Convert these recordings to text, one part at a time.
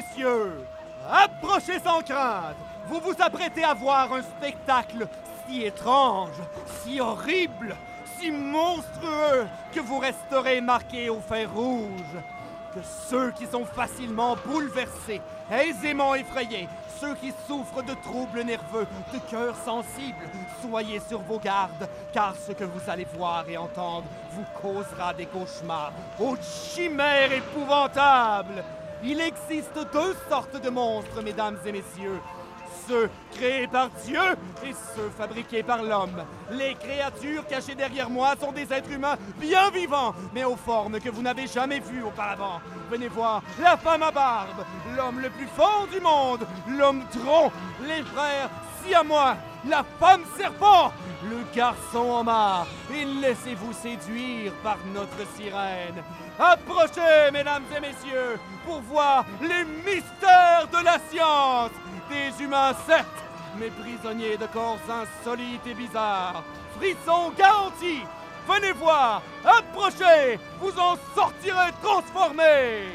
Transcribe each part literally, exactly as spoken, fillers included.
messieurs, approchez sans crainte. Vous vous apprêtez à voir un spectacle si étrange, si horrible, si monstrueux que vous resterez marqués au fer rouge. Que ceux qui sont facilement bouleversés, aisément effrayés, ceux qui souffrent de troubles nerveux, de cœurs sensibles, soyez sur vos gardes, car ce que vous allez voir et entendre vous causera des cauchemars aux chimères épouvantables. Il existe deux sortes de monstres, mesdames et messieurs. Ceux créés par Dieu et ceux fabriqués par l'homme. Les créatures cachées derrière moi sont des êtres humains bien vivants, mais aux formes que vous n'avez jamais vues auparavant. Venez voir la femme à barbe, l'homme le plus fort du monde, l'homme tronc, les frères siamois, la femme serpent, le garçon en marre, et laissez-vous séduire par notre sirène. Approchez, mesdames et messieurs, pour voir les mystères de la science. Des humains, certes, mais prisonniers de corps insolites et bizarres. Frissons garantis. Venez voir, approchez, vous en sortirez transformés.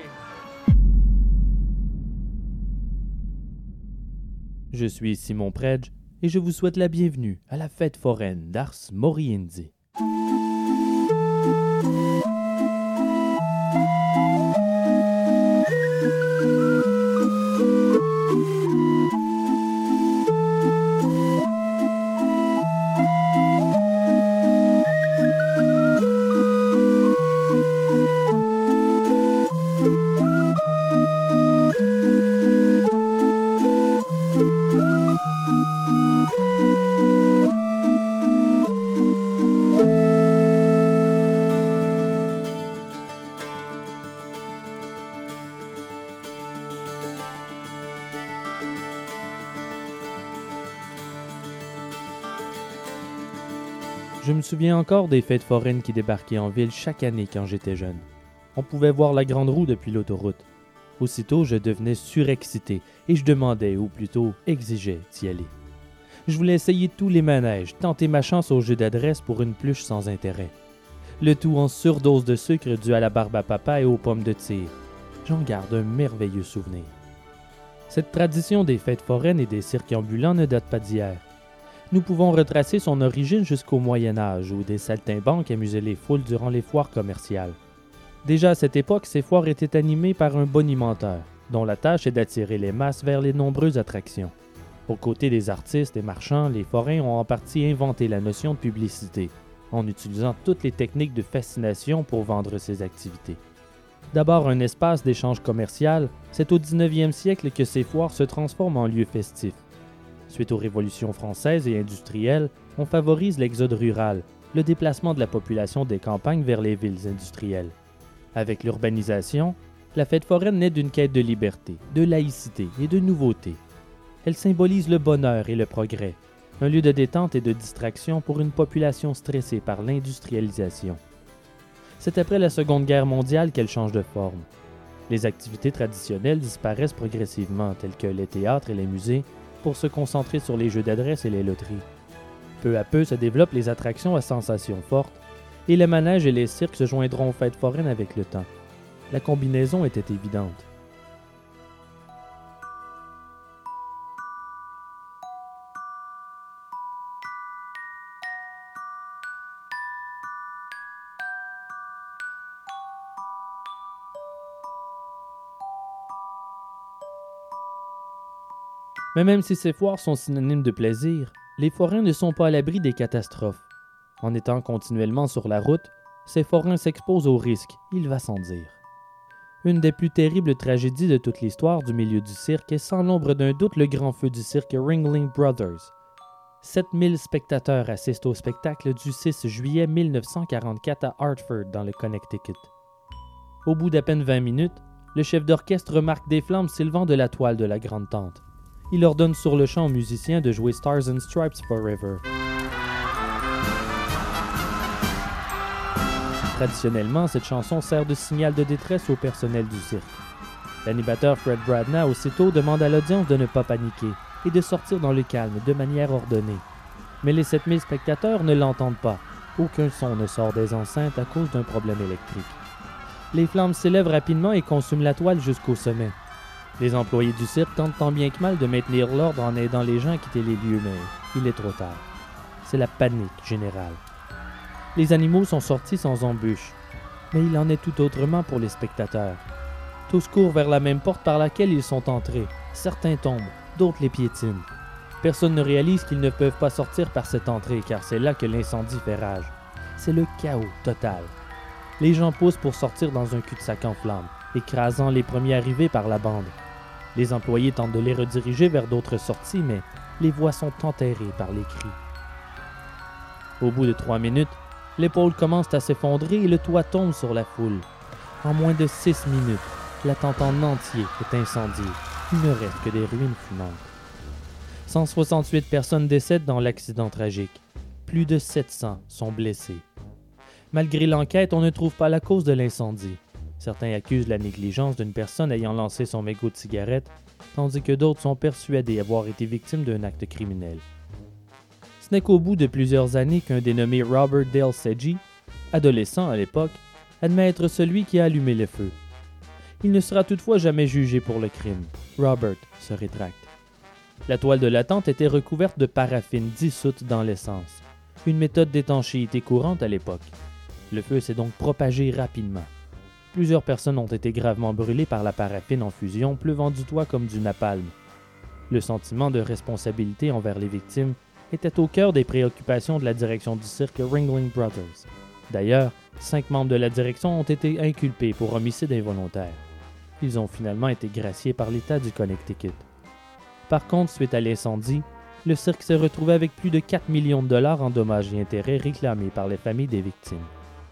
Je suis Simon Predge et je vous souhaite la bienvenue à la fête foraine d'Ars Moriendi. Je me souviens encore des fêtes foraines qui débarquaient en ville chaque année quand j'étais jeune. On pouvait voir la grande roue depuis l'autoroute. Aussitôt, je devenais surexcité et je demandais, ou plutôt exigeais, d'y aller. Je voulais essayer tous les manèges, tenter ma chance au jeu d'adresse pour une pluche sans intérêt. Le tout en surdose de sucre dû à la barbe à papa et aux pommes de tir. J'en garde un merveilleux souvenir. Cette tradition des fêtes foraines et des cirques ambulants ne date pas d'hier. Nous pouvons retracer son origine jusqu'au Moyen Âge, où des saltimbanques amusaient les foules durant les foires commerciales. Déjà à cette époque, ces foires étaient animées par un bonimenteur, dont la tâche est d'attirer les masses vers les nombreuses attractions. Aux côtés des artistes et marchands, les forains ont en partie inventé la notion de publicité, en utilisant toutes les techniques de fascination pour vendre ces activités. D'abord un espace d'échange commercial, c'est au dix-neuvième siècle que ces foires se transforment en lieux festifs. Suite aux révolutions françaises et industrielles, on favorise l'exode rural, le déplacement de la population des campagnes vers les villes industrielles. Avec l'urbanisation, la fête foraine naît d'une quête de liberté, de laïcité et de nouveauté. Elle symbolise le bonheur et le progrès, un lieu de détente et de distraction pour une population stressée par l'industrialisation. C'est après la Seconde Guerre mondiale qu'elle change de forme. Les activités traditionnelles disparaissent progressivement, telles que les théâtres et les musées, pour se concentrer sur les jeux d'adresse et les loteries. Peu à peu se développent les attractions à sensations fortes, et les manèges et les cirques se joindront aux fêtes foraines avec le temps. La combinaison était évidente. Mais même si ces foires sont synonymes de plaisir, les forains ne sont pas à l'abri des catastrophes. En étant continuellement sur la route, ces forains s'exposent aux risques, il va sans dire. Une des plus terribles tragédies de toute l'histoire du milieu du cirque est sans l'ombre d'un doute le grand feu du cirque Ringling Brothers. sept mille spectateurs assistent au spectacle du six juillet mille neuf cent quarante-quatre à Hartford, dans le Connecticut. Au bout d'à peine vingt minutes, le chef d'orchestre remarque des flammes s'élevant de la toile de la grande tente. Il ordonne sur le champ aux musiciens de jouer Stars and Stripes Forever. Traditionnellement, cette chanson sert de signal de détresse au personnel du cirque. L'animateur Fred Bradna aussitôt demande à l'audience de ne pas paniquer et de sortir dans le calme de manière ordonnée. Mais les sept mille spectateurs ne l'entendent pas. Aucun son ne sort des enceintes à cause d'un problème électrique. Les flammes s'élèvent rapidement et consument la toile jusqu'au sommet. Les employés du cirque tentent tant bien que mal de maintenir l'ordre en aidant les gens à quitter les lieux, mais il est trop tard. C'est la panique générale. Les animaux sont sortis sans embûche, mais il en est tout autrement pour les spectateurs. Tous courent vers la même porte par laquelle ils sont entrés. Certains tombent, d'autres les piétinent. Personne ne réalise qu'ils ne peuvent pas sortir par cette entrée, car c'est là que l'incendie fait rage. C'est le chaos total. Les gens poussent pour sortir dans un cul-de-sac en flammes, écrasant les premiers arrivés par la bande. Les employés tentent de les rediriger vers d'autres sorties, mais les voix sont enterrées par les cris. Au bout de trois minutes, l'épaule commence à s'effondrer et le toit tombe sur la foule. En moins de six minutes, la tente en entier est incendiée. Il ne reste que des ruines fumantes. cent soixante-huit personnes décèdent dans l'accident tragique. Plus de sept cents sont blessés. Malgré l'enquête, on ne trouve pas la cause de l'incendie. Certains accusent la négligence d'une personne ayant lancé son mégot de cigarette, tandis que d'autres sont persuadés avoir été victimes d'un acte criminel. Ce n'est qu'au bout de plusieurs années qu'un dénommé Robert Dale Sedgey, adolescent à l'époque, admet être celui qui a allumé le feu. Il ne sera toutefois jamais jugé pour le crime. Robert se rétracte. La toile de la tente était recouverte de paraffine dissoute dans l'essence, une méthode d'étanchéité courante à l'époque. Le feu s'est donc propagé rapidement. Plusieurs personnes ont été gravement brûlées par la paraffine en fusion, pleuvant du toit comme du napalm. Le sentiment de responsabilité envers les victimes était au cœur des préoccupations de la direction du cirque Ringling Brothers. D'ailleurs, cinq membres de la direction ont été inculpés pour homicide involontaire. Ils ont finalement été graciés par l'État du Connecticut. Par contre, suite à l'incendie, le cirque s'est retrouvé avec plus de quatre millions de dollars en dommages et intérêts réclamés par les familles des victimes.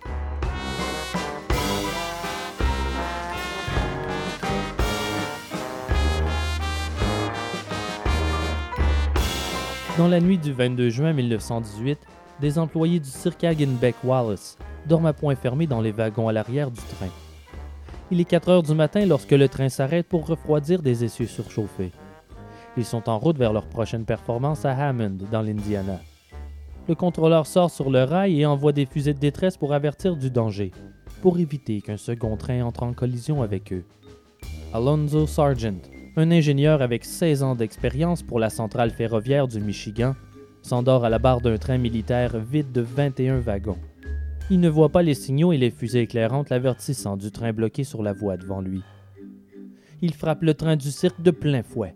Dans la nuit du vingt-deux juin mille neuf cent dix-huit, des employés du cirque Hagenbeck-Wallace dorment à point fermé dans les wagons à l'arrière du train. Il est quatre heures du matin lorsque le train s'arrête pour refroidir des essieux surchauffés. Ils sont en route vers leur prochaine performance à Hammond, dans l'Indiana. Le contrôleur sort sur le rail et envoie des fusées de détresse pour avertir du danger, pour éviter qu'un second train entre en collision avec eux. Alonzo Sargent, un ingénieur avec seize ans d'expérience pour la centrale ferroviaire du Michigan, s'endort à la barre d'un train militaire vide de vingt et un wagons. Il ne voit pas les signaux et les fusées éclairantes l'avertissant du train bloqué sur la voie devant lui. Il frappe le train du cirque de plein fouet.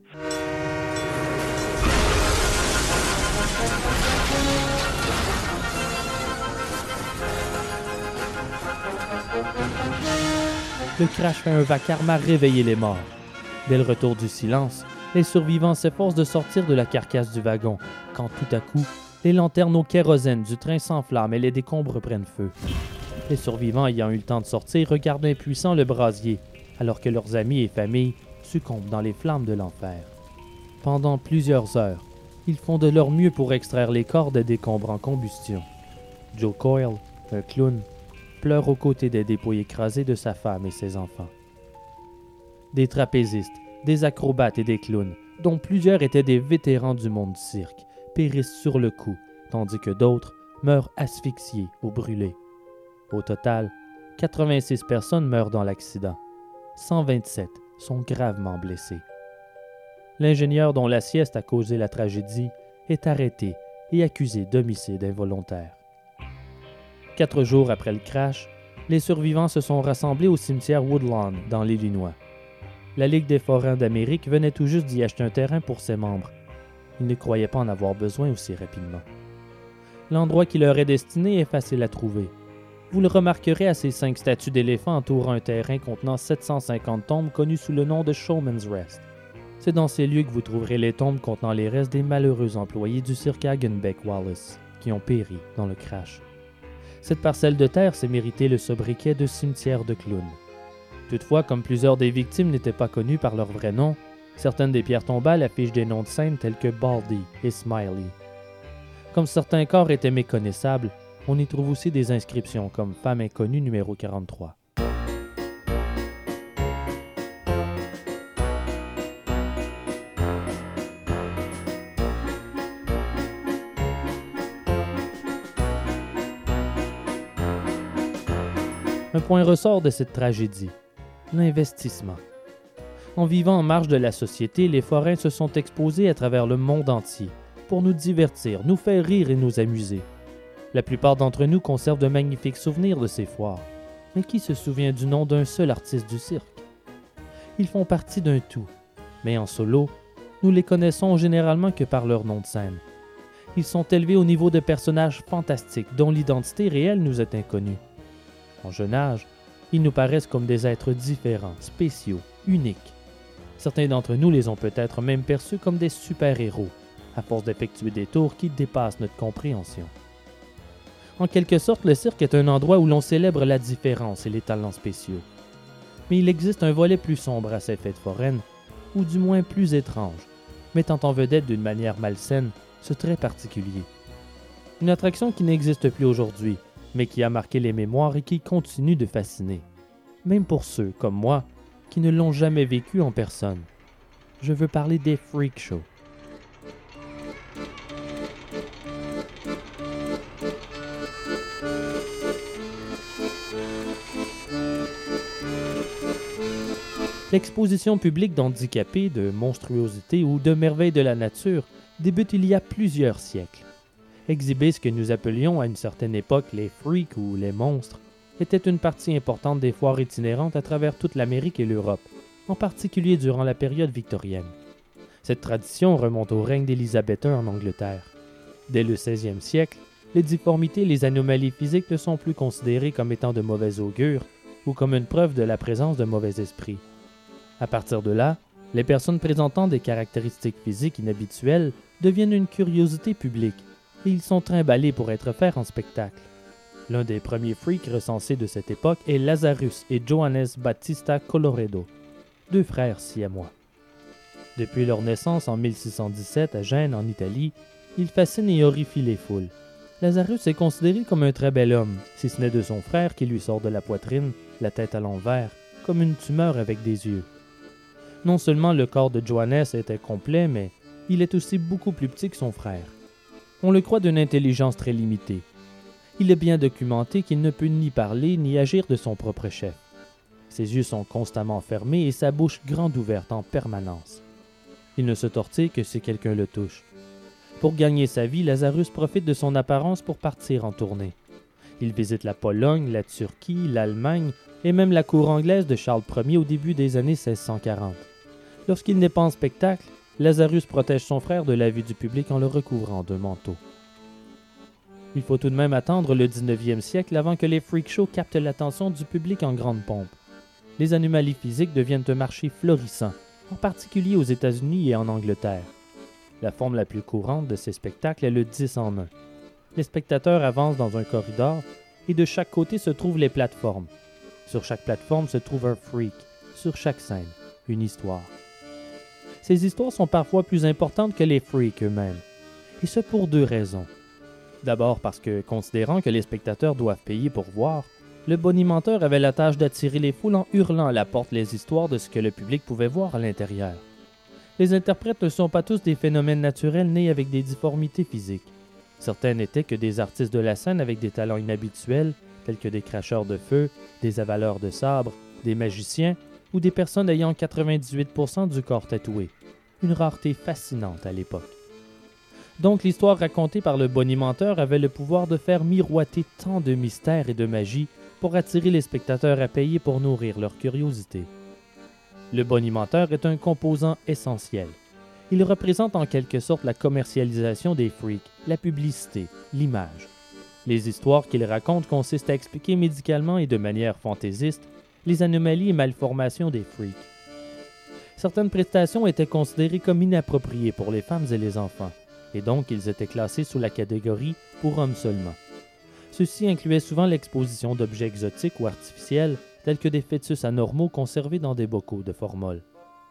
Le crash fait un vacarme à réveiller les morts. Dès le retour du silence, les survivants s'efforcent de sortir de la carcasse du wagon, quand tout à coup, les lanternes au kérosène du train s'enflamment et les décombres prennent feu. Les survivants ayant eu le temps de sortir regardent impuissants le brasier, alors que leurs amis et familles succombent dans les flammes de l'enfer. Pendant plusieurs heures, ils font de leur mieux pour extraire les corps des décombres en combustion. Joe Coyle, un clown, pleure aux côtés des dépouilles écrasées de sa femme et ses enfants. Des trapézistes, des acrobates et des clowns, dont plusieurs étaient des vétérans du monde du cirque, périssent sur le coup, tandis que d'autres meurent asphyxiés ou brûlés. Au total, quatre-vingt-six personnes meurent dans l'accident. cent vingt-sept sont gravement blessés. L'ingénieur dont la sieste a causé la tragédie est arrêté et accusé d'homicide involontaire. Quatre jours après le crash, les survivants se sont rassemblés au cimetière Woodlawn, dans l'Illinois. La Ligue des forains d'Amérique venait tout juste d'y acheter un terrain pour ses membres. Ils ne croyaient pas en avoir besoin aussi rapidement. L'endroit qui leur est destiné est facile à trouver. Vous le remarquerez à ces cinq statues d'éléphants entourant un terrain contenant sept cent cinquante tombes connues sous le nom de Showman's Rest. C'est dans ces lieux que vous trouverez les tombes contenant les restes des malheureux employés du cirque Hagenbeck-Wallace qui ont péri dans le crash. Cette parcelle de terre s'est méritée le sobriquet de cimetière de clowns. Toutefois, comme plusieurs des victimes n'étaient pas connues par leur vrai nom, certaines des pierres tombales affichent des noms de scènes tels que Baldy et Smiley. Comme certains corps étaient méconnaissables, on y trouve aussi des inscriptions comme « Femme inconnue numéro quarante-trois ». Un point ressort de cette tragédie, l'investissement. En vivant en marge de la société, les forains se sont exposés à travers le monde entier pour nous divertir, nous faire rire et nous amuser. La plupart d'entre nous conservent de magnifiques souvenirs de ces foires. Mais qui se souvient du nom d'un seul artiste du cirque? Ils font partie d'un tout, mais en solo, nous les connaissons généralement que par leur nom de scène. Ils sont élevés au niveau de personnages fantastiques dont l'identité réelle nous est inconnue. En jeune âge, ils nous paraissent comme des êtres différents, spéciaux, uniques. Certains d'entre nous les ont peut-être même perçus comme des super-héros, à force d'effectuer des tours qui dépassent notre compréhension. En quelque sorte, le cirque est un endroit où l'on célèbre la différence et les talents spéciaux. Mais il existe un volet plus sombre à ces fêtes foraines, ou du moins plus étrange, mettant en vedette d'une manière malsaine ce trait particulier. Une attraction qui n'existe plus aujourd'hui, mais qui a marqué les mémoires et qui continue de fasciner, même pour ceux, comme moi, qui ne l'ont jamais vécu en personne. Je veux parler des freak shows. L'exposition publique d'handicapés, de monstruosités ou de merveilles de la nature débute il y a plusieurs siècles. Exhiber ce que nous appelions à une certaine époque les freaks ou les monstres était une partie importante des foires itinérantes à travers toute l'Amérique et l'Europe, en particulier durant la période victorienne. Cette tradition remonte au règne d'Élisabeth Première en Angleterre. Dès le seizième siècle, les difformités et les anomalies physiques ne sont plus considérées comme étant de mauvais augure ou comme une preuve de la présence de mauvais esprits. À partir de là, les personnes présentant des caractéristiques physiques inhabituelles deviennent une curiosité publique et ils sont trimballés pour être faits en spectacle. L'un des premiers freaks recensés de cette époque est Lazarus et Johannes Battista Colloredo, deux frères siamois. Depuis leur naissance en mille six cent dix-sept à Gênes, en Italie, ils fascinent et horrifient les foules. Lazarus est considéré comme un très bel homme, si ce n'est de son frère qui lui sort de la poitrine, la tête à l'envers, comme une tumeur avec des yeux. Non seulement le corps de Johannes était complet, mais il est aussi beaucoup plus petit que son frère. On le croit d'une intelligence très limitée. Il est bien documenté qu'il ne peut ni parler ni agir de son propre chef. Ses yeux sont constamment fermés et sa bouche grande ouverte en permanence. Il ne se tortille que si quelqu'un le touche. Pour gagner sa vie, Lazarus profite de son apparence pour partir en tournée. Il visite la Pologne, la Turquie, l'Allemagne et même la cour anglaise de Charles Premier au début des années seize cent quarante. Lorsqu'il n'est pas en spectacle, Lazarus protège son frère de la vue du public en le recouvrant d'un manteau. Il faut tout de même attendre le dix-neuvième siècle avant que les freak shows captent l'attention du public en grande pompe. Les anomalies physiques deviennent un marché florissant, en particulier aux États-Unis et en Angleterre. La forme la plus courante de ces spectacles est le dix en un. Les spectateurs avancent dans un corridor et de chaque côté se trouvent les plateformes. Sur chaque plateforme se trouve un freak, sur chaque scène, une histoire. Ces histoires sont parfois plus importantes que les freaks eux-mêmes, et ce pour deux raisons. D'abord parce que, considérant que les spectateurs doivent payer pour voir, le bonimenteur avait la tâche d'attirer les foules en hurlant à la porte les histoires de ce que le public pouvait voir à l'intérieur. Les interprètes ne sont pas tous des phénomènes naturels nés avec des difformités physiques. Certains n'étaient que des artistes de la scène avec des talents inhabituels, tels que des cracheurs de feu, des avaleurs de sabre, des magiciens ou des personnes ayant quatre-vingt-dix-huit pour cent du corps tatoué, une rareté fascinante à l'époque. Donc l'histoire racontée par le bonimenteur avait le pouvoir de faire miroiter tant de mystères et de magie pour attirer les spectateurs à payer pour nourrir leur curiosité. Le bonimenteur est un composant essentiel. Il représente en quelque sorte la commercialisation des freaks, la publicité, l'image. Les histoires qu'il raconte consistent à expliquer médicalement et de manière fantaisiste les anomalies et malformations des freaks. Certaines prestations étaient considérées comme inappropriées pour les femmes et les enfants, et donc ils étaient classés sous la catégorie pour hommes seulement. Ceci incluait souvent l'exposition d'objets exotiques ou artificiels, tels que des fœtus anormaux conservés dans des bocaux de formol.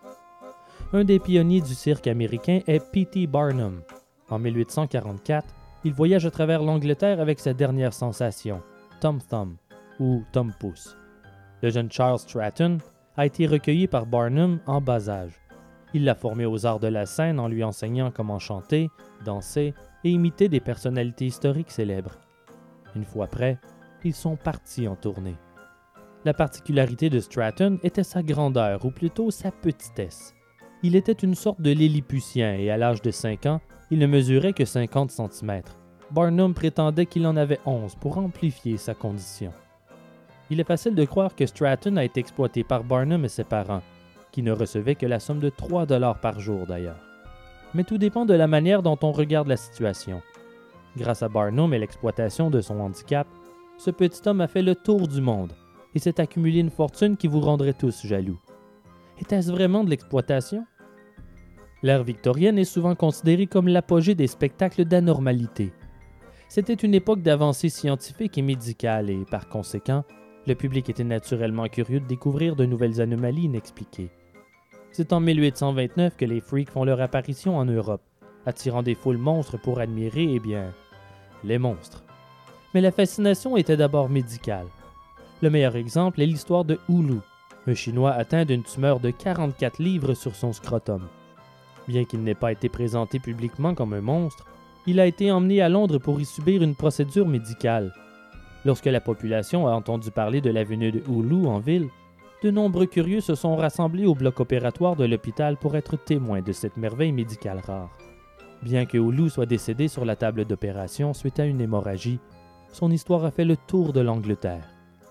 Un des pionniers du cirque américain est P T Barnum. En mille huit cent quarante-quatre, il voyage à travers l'Angleterre avec sa dernière sensation, Tom Thumb, ou Tom Pouce. Le jeune Charles Stratton a été recueilli par Barnum en bas âge. Il l'a formé aux arts de la scène en lui enseignant comment chanter, danser et imiter des personnalités historiques célèbres. Une fois prêts, ils sont partis en tournée. La particularité de Stratton était sa grandeur, ou plutôt sa petitesse. Il était une sorte de Lilliputien et à l'âge de cinq ans, il ne mesurait que cinquante centimètres. Barnum prétendait qu'il en avait onze pour amplifier sa condition. Il est facile de croire que Stratton a été exploité par Barnum et ses parents, qui ne recevaient que la somme de trois dollars par jour d'ailleurs. Mais tout dépend de la manière dont on regarde la situation. Grâce à Barnum et l'exploitation de son handicap, ce petit homme a fait le tour du monde et s'est accumulé une fortune qui vous rendrait tous jaloux. Était-ce vraiment de l'exploitation? L'ère victorienne est souvent considérée comme l'apogée des spectacles d'anormalité. C'était une époque d'avancées scientifiques et médicales et, par conséquent, le public était naturellement curieux de découvrir de nouvelles anomalies inexpliquées. C'est en mille huit cent vingt-neuf que les freaks font leur apparition en Europe, attirant des foules monstres pour admirer, eh bien, les monstres. Mais la fascination était d'abord médicale. Le meilleur exemple est l'histoire de Oulu, un Chinois atteint d'une tumeur de quarante-quatre livres sur son scrotum. Bien qu'il n'ait pas été présenté publiquement comme un monstre, il a été emmené à Londres pour y subir une procédure médicale. Lorsque la population a entendu parler de la venue de Oulu en ville, de nombreux curieux se sont rassemblés au bloc opératoire de l'hôpital pour être témoins de cette merveille médicale rare. Bien que Oulu soit décédé sur la table d'opération suite à une hémorragie, son histoire a fait le tour de l'Angleterre.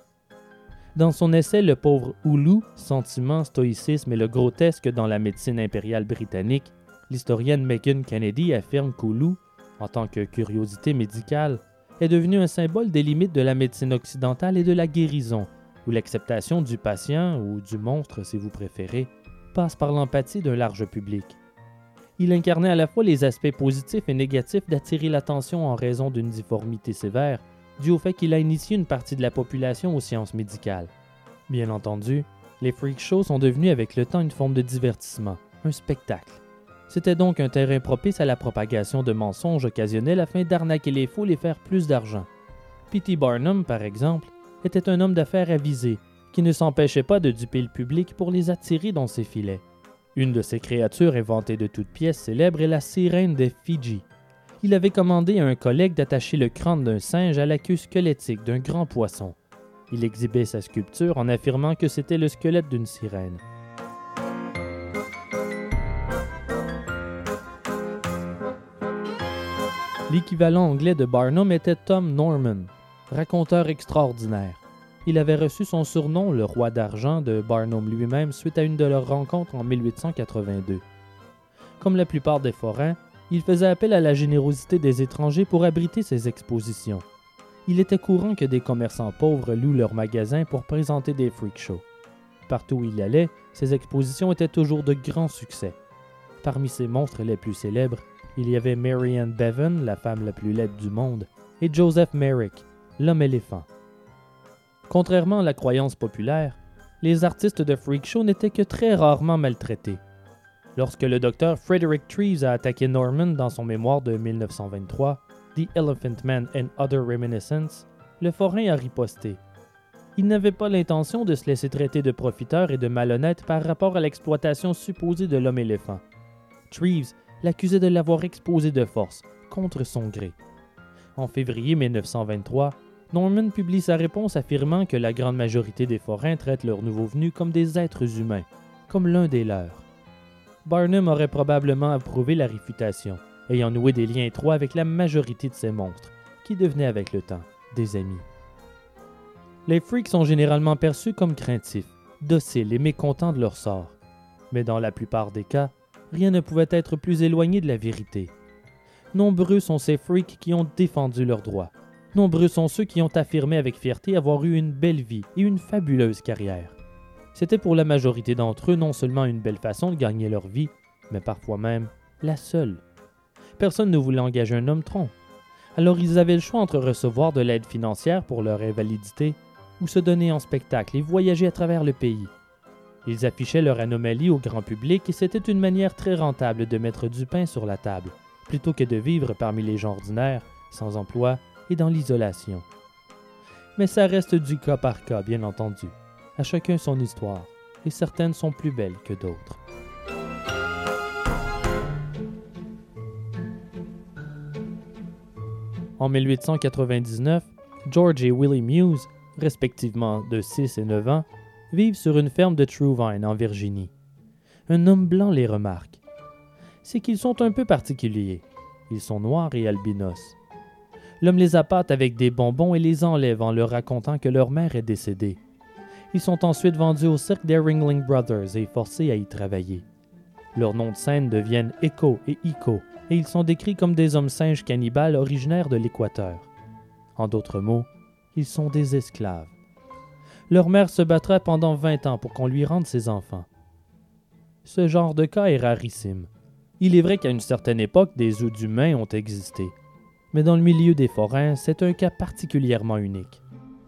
Dans son essai « Le pauvre Oulu, sentiment, stoïcisme et le grotesque dans la médecine impériale britannique », l'historienne Megan Kennedy affirme qu'Oulu, en tant que curiosité médicale, est devenu un symbole des limites de la médecine occidentale et de la guérison, où l'acceptation du patient, ou du monstre si vous préférez, passe par l'empathie d'un large public. Il incarnait à la fois les aspects positifs et négatifs d'attirer l'attention en raison d'une difformité sévère, dû au fait qu'il a initié une partie de la population aux sciences médicales. Bien entendu, les freak shows sont devenus avec le temps une forme de divertissement, un spectacle. C'était donc un terrain propice à la propagation de mensonges occasionnels afin d'arnaquer les foules et faire plus d'argent. P T Barnum, par exemple, était un homme d'affaires avisé, qui ne s'empêchait pas de duper le public pour les attirer dans ses filets. Une de ces créatures inventées de toutes pièces célèbres est la sirène des Fidji. Il avait commandé à un collègue d'attacher le crâne d'un singe à la queue squelettique d'un grand poisson. Il exhibait sa sculpture en affirmant que c'était le squelette d'une sirène. L'équivalent anglais de Barnum était Tom Norman, raconteur extraordinaire. Il avait reçu son surnom, le roi d'argent, de Barnum lui-même suite à une de leurs rencontres en mille huit cent quatre-vingt-deux. Comme la plupart des forains, il faisait appel à la générosité des étrangers pour abriter ses expositions. Il était courant que des commerçants pauvres louent leurs magasins pour présenter des freak shows. Partout où il allait, ses expositions étaient toujours de grands succès. Parmi ses monstres les plus célèbres, il y avait Mary Ann Bevan, la femme la plus laide du monde, et Joseph Merrick, l'homme-éléphant. Contrairement à la croyance populaire, les artistes de freak show n'étaient que très rarement maltraités. Lorsque le docteur Frederick Treves a attaqué Norman dans son mémoire de mille neuf cent vingt-trois, The Elephant Man and Other Reminiscences, le forain a riposté. Il n'avait pas l'intention de se laisser traiter de profiteur et de malhonnête par rapport à l'exploitation supposée de l'homme-éléphant. Treves l'accusait de l'avoir exposé de force, contre son gré. En février mille neuf cent vingt-trois, Norman publie sa réponse affirmant que la grande majorité des forains traitent leurs nouveaux venus comme des êtres humains, comme l'un des leurs. Barnum aurait probablement approuvé la réfutation, ayant noué des liens étroits avec la majorité de ces monstres, qui devenaient avec le temps des amis. Les freaks sont généralement perçus comme craintifs, dociles et mécontents de leur sort. Mais dans la plupart des cas, rien ne pouvait être plus éloigné de la vérité. Nombreux sont ces freaks qui ont défendu leurs droits. Nombreux sont ceux qui ont affirmé avec fierté avoir eu une belle vie et une fabuleuse carrière. C'était pour la majorité d'entre eux non seulement une belle façon de gagner leur vie, mais parfois même la seule. Personne ne voulait engager un homme tronc. Alors ils avaient le choix entre recevoir de l'aide financière pour leur invalidité ou se donner en spectacle et voyager à travers le pays. Ils affichaient leur anomalie au grand public et c'était une manière très rentable de mettre du pain sur la table, plutôt que de vivre parmi les gens ordinaires, sans emploi et dans l'isolation. Mais ça reste du cas par cas, bien entendu. À chacun son histoire, et certaines sont plus belles que d'autres. En mille huit cent quatre-vingt-dix-neuf, George et Willie Muse, respectivement de six et neuf ans, vivent sur une ferme de Truvine en Virginie. Un homme blanc les remarque. C'est qu'ils sont un peu particuliers. Ils sont noirs et albinos. L'homme les appâte avec des bonbons et les enlève en leur racontant que leur mère est décédée. Ils sont ensuite vendus au cirque des Ringling Brothers et forcés à y travailler. Leurs noms de scène deviennent Echo et Iko, et ils sont décrits comme des hommes singes cannibales originaires de l'Équateur. En d'autres mots, ils sont des esclaves. Leur mère se battra pendant vingt ans pour qu'on lui rende ses enfants. Ce genre de cas est rarissime. Il est vrai qu'à une certaine époque, des œufs d'humains ont existé. Mais dans le milieu des forains, c'est un cas particulièrement unique.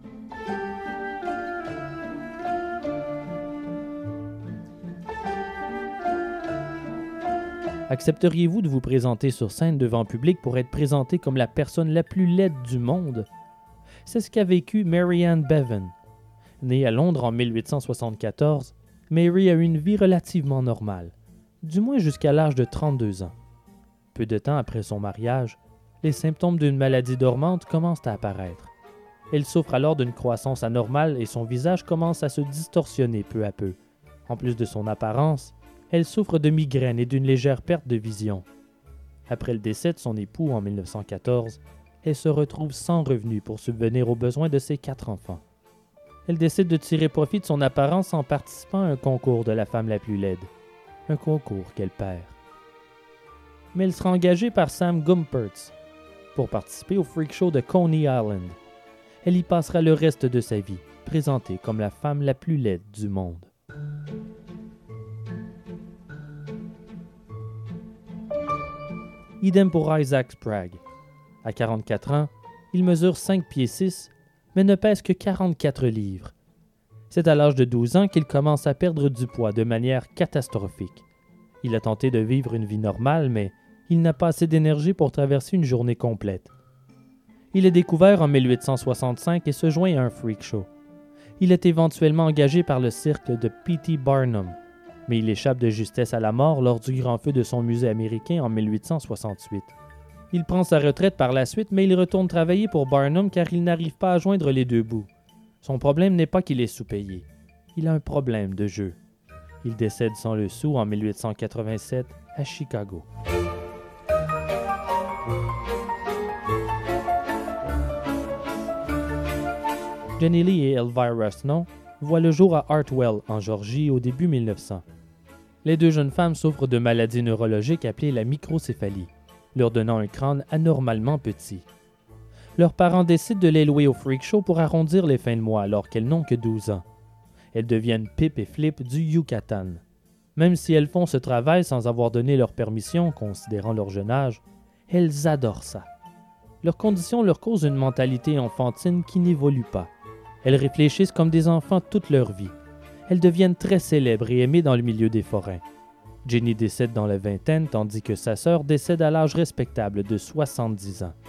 Accepteriez-vous de vous présenter sur scène devant public pour être présenté comme la personne la plus laide du monde? C'est ce qu'a vécu Mary Ann Bevan. Née à Londres en mille huit cent soixante-quatorze, Mary a eu une vie relativement normale, du moins jusqu'à l'âge de trente-deux ans. Peu de temps après son mariage, les symptômes d'une maladie dormante commencent à apparaître. Elle souffre alors d'une croissance anormale et son visage commence à se distorsionner peu à peu. En plus de son apparence, elle souffre de migraines et d'une légère perte de vision. Après le décès de son époux en mille neuf cent quatorze, elle se retrouve sans revenus pour subvenir aux besoins de ses quatre enfants. Elle décide de tirer profit de son apparence en participant à un concours de la femme la plus laide, un concours qu'elle perd. Mais elle sera engagée par Sam Gumpertz pour participer au freak show de Coney Island. Elle y passera le reste de sa vie, présentée comme la femme la plus laide du monde. Idem pour Isaac Sprague. À quarante-quatre ans, il mesure cinq pieds six, mais ne pèse que quarante-quatre livres. C'est à l'âge de douze ans qu'il commence à perdre du poids de manière catastrophique. Il a tenté de vivre une vie normale, mais il n'a pas assez d'énergie pour traverser une journée complète. Il est découvert en mille huit cent soixante-cinq et se joint à un freak show. Il est éventuellement engagé par le cirque de P T Barnum, mais il échappe de justesse à la mort lors du grand feu de son musée américain en mille huit cent soixante-huit. Il prend sa retraite par la suite, mais il retourne travailler pour Barnum car il n'arrive pas à joindre les deux bouts. Son problème n'est pas qu'il est sous-payé. Il a un problème de jeu. Il décède sans le sou en mille huit cent quatre-vingt-sept à Chicago. Jenny Lee et Elvira Snow voient le jour à Hartwell, en Georgie, au début mille neuf cents. Les deux jeunes femmes souffrent de maladies neurologiques appelées la microcéphalie, leur donnant un crâne anormalement petit. Leurs parents décident de les louer au freak show pour arrondir les fins de mois alors qu'elles n'ont que douze ans. Elles deviennent Pip et Flip du Yucatan. Même si elles font ce travail sans avoir donné leur permission, considérant leur jeune âge, elles adorent ça. Leurs conditions leur causent une mentalité enfantine qui n'évolue pas. Elles réfléchissent comme des enfants toute leur vie. Elles deviennent très célèbres et aimées dans le milieu des forains. Jenny décède dans la vingtaine, tandis que sa sœur décède à l'âge respectable de soixante-dix ans.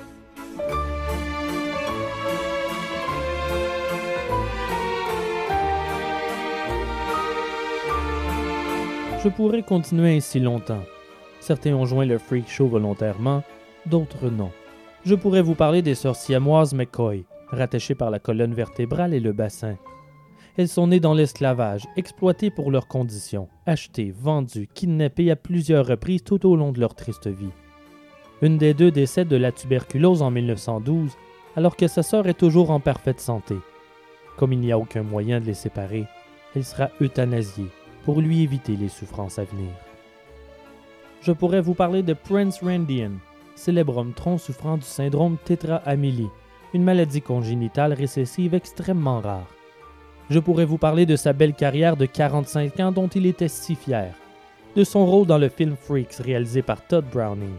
Je pourrais continuer ainsi longtemps. Certains ont joint le freak show volontairement, d'autres non. Je pourrais vous parler des sœurs siamoises McCoy, rattachées par la colonne vertébrale et le bassin. Elles sont nées dans l'esclavage, exploitées pour leurs conditions, achetées, vendues, kidnappées à plusieurs reprises tout au long de leur triste vie. Une des deux décède de la tuberculose en mille neuf cent douze, alors que sa sœur est toujours en parfaite santé. Comme il n'y a aucun moyen de les séparer, elle sera euthanasiée pour lui éviter les souffrances à venir. Je pourrais vous parler de Prince Randian, célèbre homme tronc souffrant du syndrome Tetra-Amelie, une maladie congénitale récessive extrêmement rare. Je pourrais vous parler de sa belle carrière de quarante-cinq ans dont il était si fier, de son rôle dans le film Freaks réalisé par Todd Browning.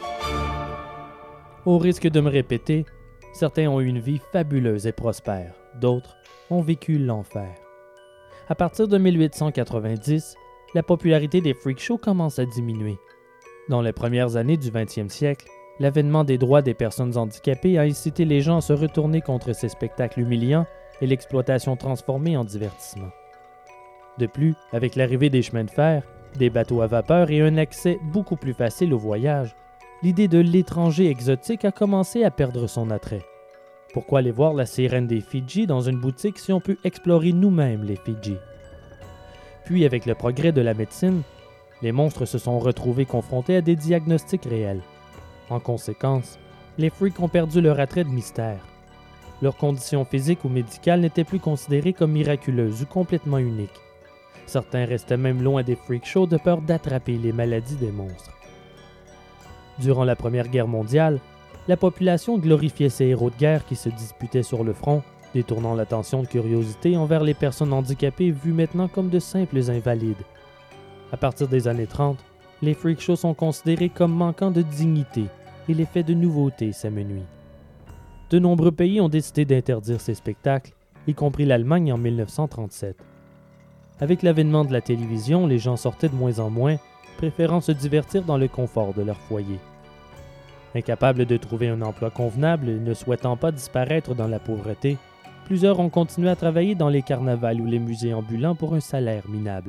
Au risque de me répéter, certains ont eu une vie fabuleuse et prospère, d'autres ont vécu l'enfer. À partir de mille huit cent quatre-vingt-dix, la popularité des freak shows commence à diminuer. Dans les premières années du vingtième siècle, l'avènement des droits des personnes handicapées a incité les gens à se retourner contre ces spectacles humiliants et l'exploitation transformée en divertissement. De plus, avec l'arrivée des chemins de fer, des bateaux à vapeur et un accès beaucoup plus facile au voyage, l'idée de l'étranger exotique a commencé à perdre son attrait. Pourquoi aller voir la sirène des Fidji dans une boutique si on peut explorer nous-mêmes les Fidji? Puis, avec le progrès de la médecine, les monstres se sont retrouvés confrontés à des diagnostics réels. En conséquence, les freaks ont perdu leur attrait de mystère. Leur condition physique ou médicale n'était plus considérée comme miraculeuse ou complètement unique. Certains restaient même loin des freak shows de peur d'attraper les maladies des monstres. Durant la Première Guerre mondiale, la population glorifiait ces héros de guerre qui se disputaient sur le front, détournant l'attention de curiosité envers les personnes handicapées vues maintenant comme de simples invalides. À partir des années trente, les freak shows sont considérés comme manquant de dignité et l'effet de nouveauté s'amenuit. De nombreux pays ont décidé d'interdire ces spectacles, y compris l'Allemagne en mille neuf cent trente-sept. Avec l'avènement de la télévision, les gens sortaient de moins en moins, préférant se divertir dans le confort de leur foyer. Incapables de trouver un emploi convenable et ne souhaitant pas disparaître dans la pauvreté, plusieurs ont continué à travailler dans les carnavals ou les musées ambulants pour un salaire minable.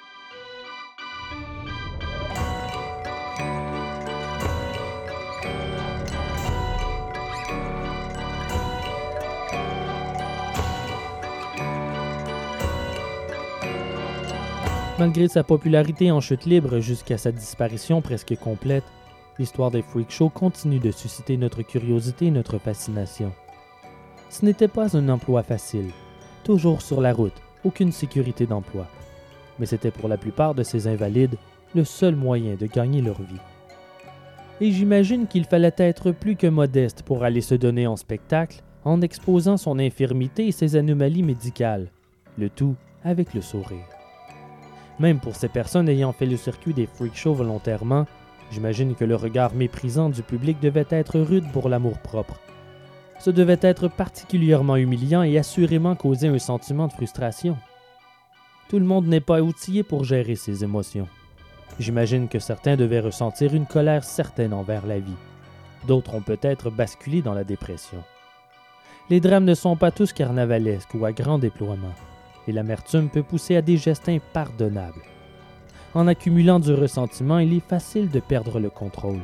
Malgré sa popularité en chute libre jusqu'à sa disparition presque complète, l'histoire des freak shows continue de susciter notre curiosité et notre fascination. Ce n'était pas un emploi facile, toujours sur la route, aucune sécurité d'emploi. Mais c'était pour la plupart de ces invalides le seul moyen de gagner leur vie. Et j'imagine qu'il fallait être plus que modeste pour aller se donner en spectacle en exposant son infirmité et ses anomalies médicales, le tout avec le sourire. Même pour ces personnes ayant fait le circuit des freak shows volontairement, j'imagine que le regard méprisant du public devait être rude pour l'amour-propre. Ce devait être particulièrement humiliant et assurément causer un sentiment de frustration. Tout le monde n'est pas outillé pour gérer ses émotions. J'imagine que certains devaient ressentir une colère certaine envers la vie. D'autres ont peut-être basculé dans la dépression. Les drames ne sont pas tous carnavalesques ou à grand déploiement, et l'amertume peut pousser à des gestes impardonnables. En accumulant du ressentiment, il est facile de perdre le contrôle.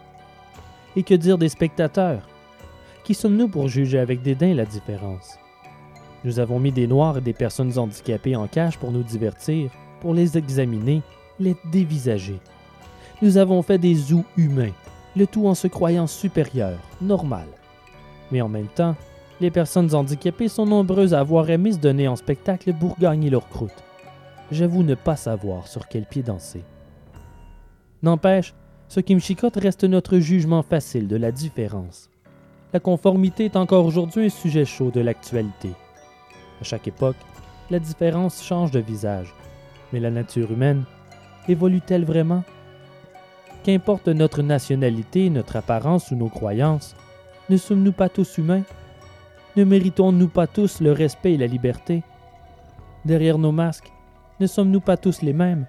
Et que dire des spectateurs? Qui sommes-nous pour juger avec dédain la différence? Nous avons mis des Noirs et des personnes handicapées en cage pour nous divertir, pour les examiner, les dévisager. Nous avons fait des zoos humains, le tout en se croyant supérieurs, normal. Mais en même temps, les personnes handicapées sont nombreuses à avoir aimé se donner en spectacle pour gagner leur croûte. J'avoue ne pas savoir sur quel pied danser. N'empêche, ce qui me chicote reste notre jugement facile de la différence. La conformité est encore aujourd'hui un sujet chaud de l'actualité. À chaque époque, la différence change de visage. Mais la nature humaine évolue-t-elle vraiment? Qu'importe notre nationalité, notre apparence ou nos croyances, ne sommes-nous pas tous humains? Ne méritons-nous pas tous le respect et la liberté? Derrière nos masques, ne sommes-nous pas tous les mêmes?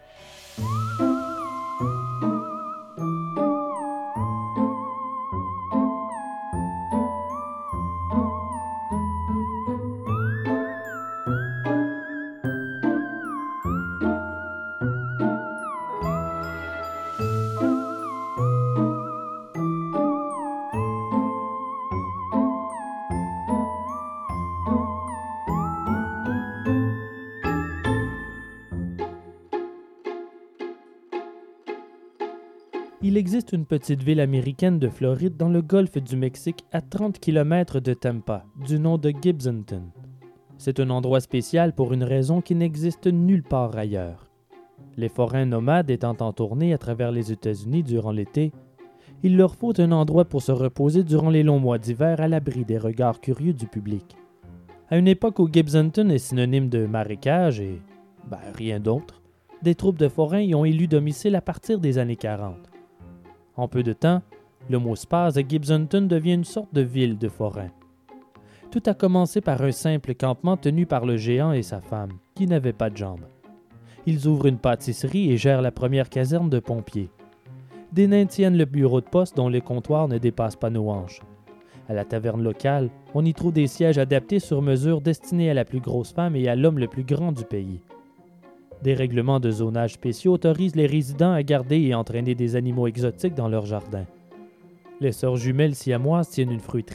Il existe une petite ville américaine de Floride dans le golfe du Mexique à trente kilomètres de Tampa, du nom de Gibsonton. C'est un endroit spécial pour une raison qui n'existe nulle part ailleurs. Les forains nomades étant en tournée à travers les États-Unis durant l'été, il leur faut un endroit pour se reposer durant les longs mois d'hiver à l'abri des regards curieux du public. À une époque où Gibsonton est synonyme de marécage et, ben, rien d'autre, des troupes de forains y ont élu domicile à partir des années quarante. En peu de temps, l'homospase à Gibsonton devient une sorte de ville de forains. Tout a commencé par un simple campement tenu par le géant et sa femme, qui n'avaient pas de jambes. Ils ouvrent une pâtisserie et gèrent la première caserne de pompiers. Des nains tiennent le bureau de poste dont les comptoirs ne dépassent pas nos hanches. À la taverne locale, on y trouve des sièges adaptés sur mesure destinés à la plus grosse femme et à l'homme le plus grand du pays. Des règlements de zonage spéciaux autorisent les résidents à garder et entraîner des animaux exotiques dans leur jardin. Les sœurs jumelles siamoises tiennent une fruiterie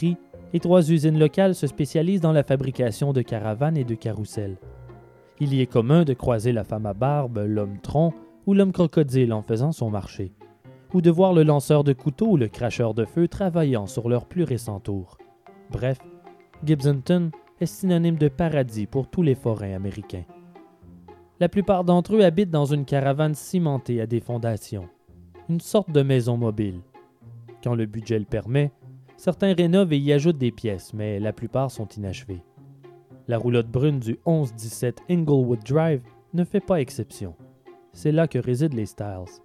Les trois usines locales se spécialisent dans la fabrication de caravanes et de carrousels. Il y est commun de croiser la femme à barbe, l'homme tronc ou l'homme crocodile en faisant son marché, ou de voir le lanceur de couteau ou le cracheur de feu travaillant sur leur plus récent tour. Bref, Gibsonton est synonyme de paradis pour tous les forains américains. La plupart d'entre eux habitent dans une caravane cimentée à des fondations, une sorte de maison mobile. Quand le budget le permet, certains rénovent et y ajoutent des pièces, mais la plupart sont inachevées. La roulotte brune du onze dix-sept Inglewood Drive ne fait pas exception. C'est là que résident les Stiles.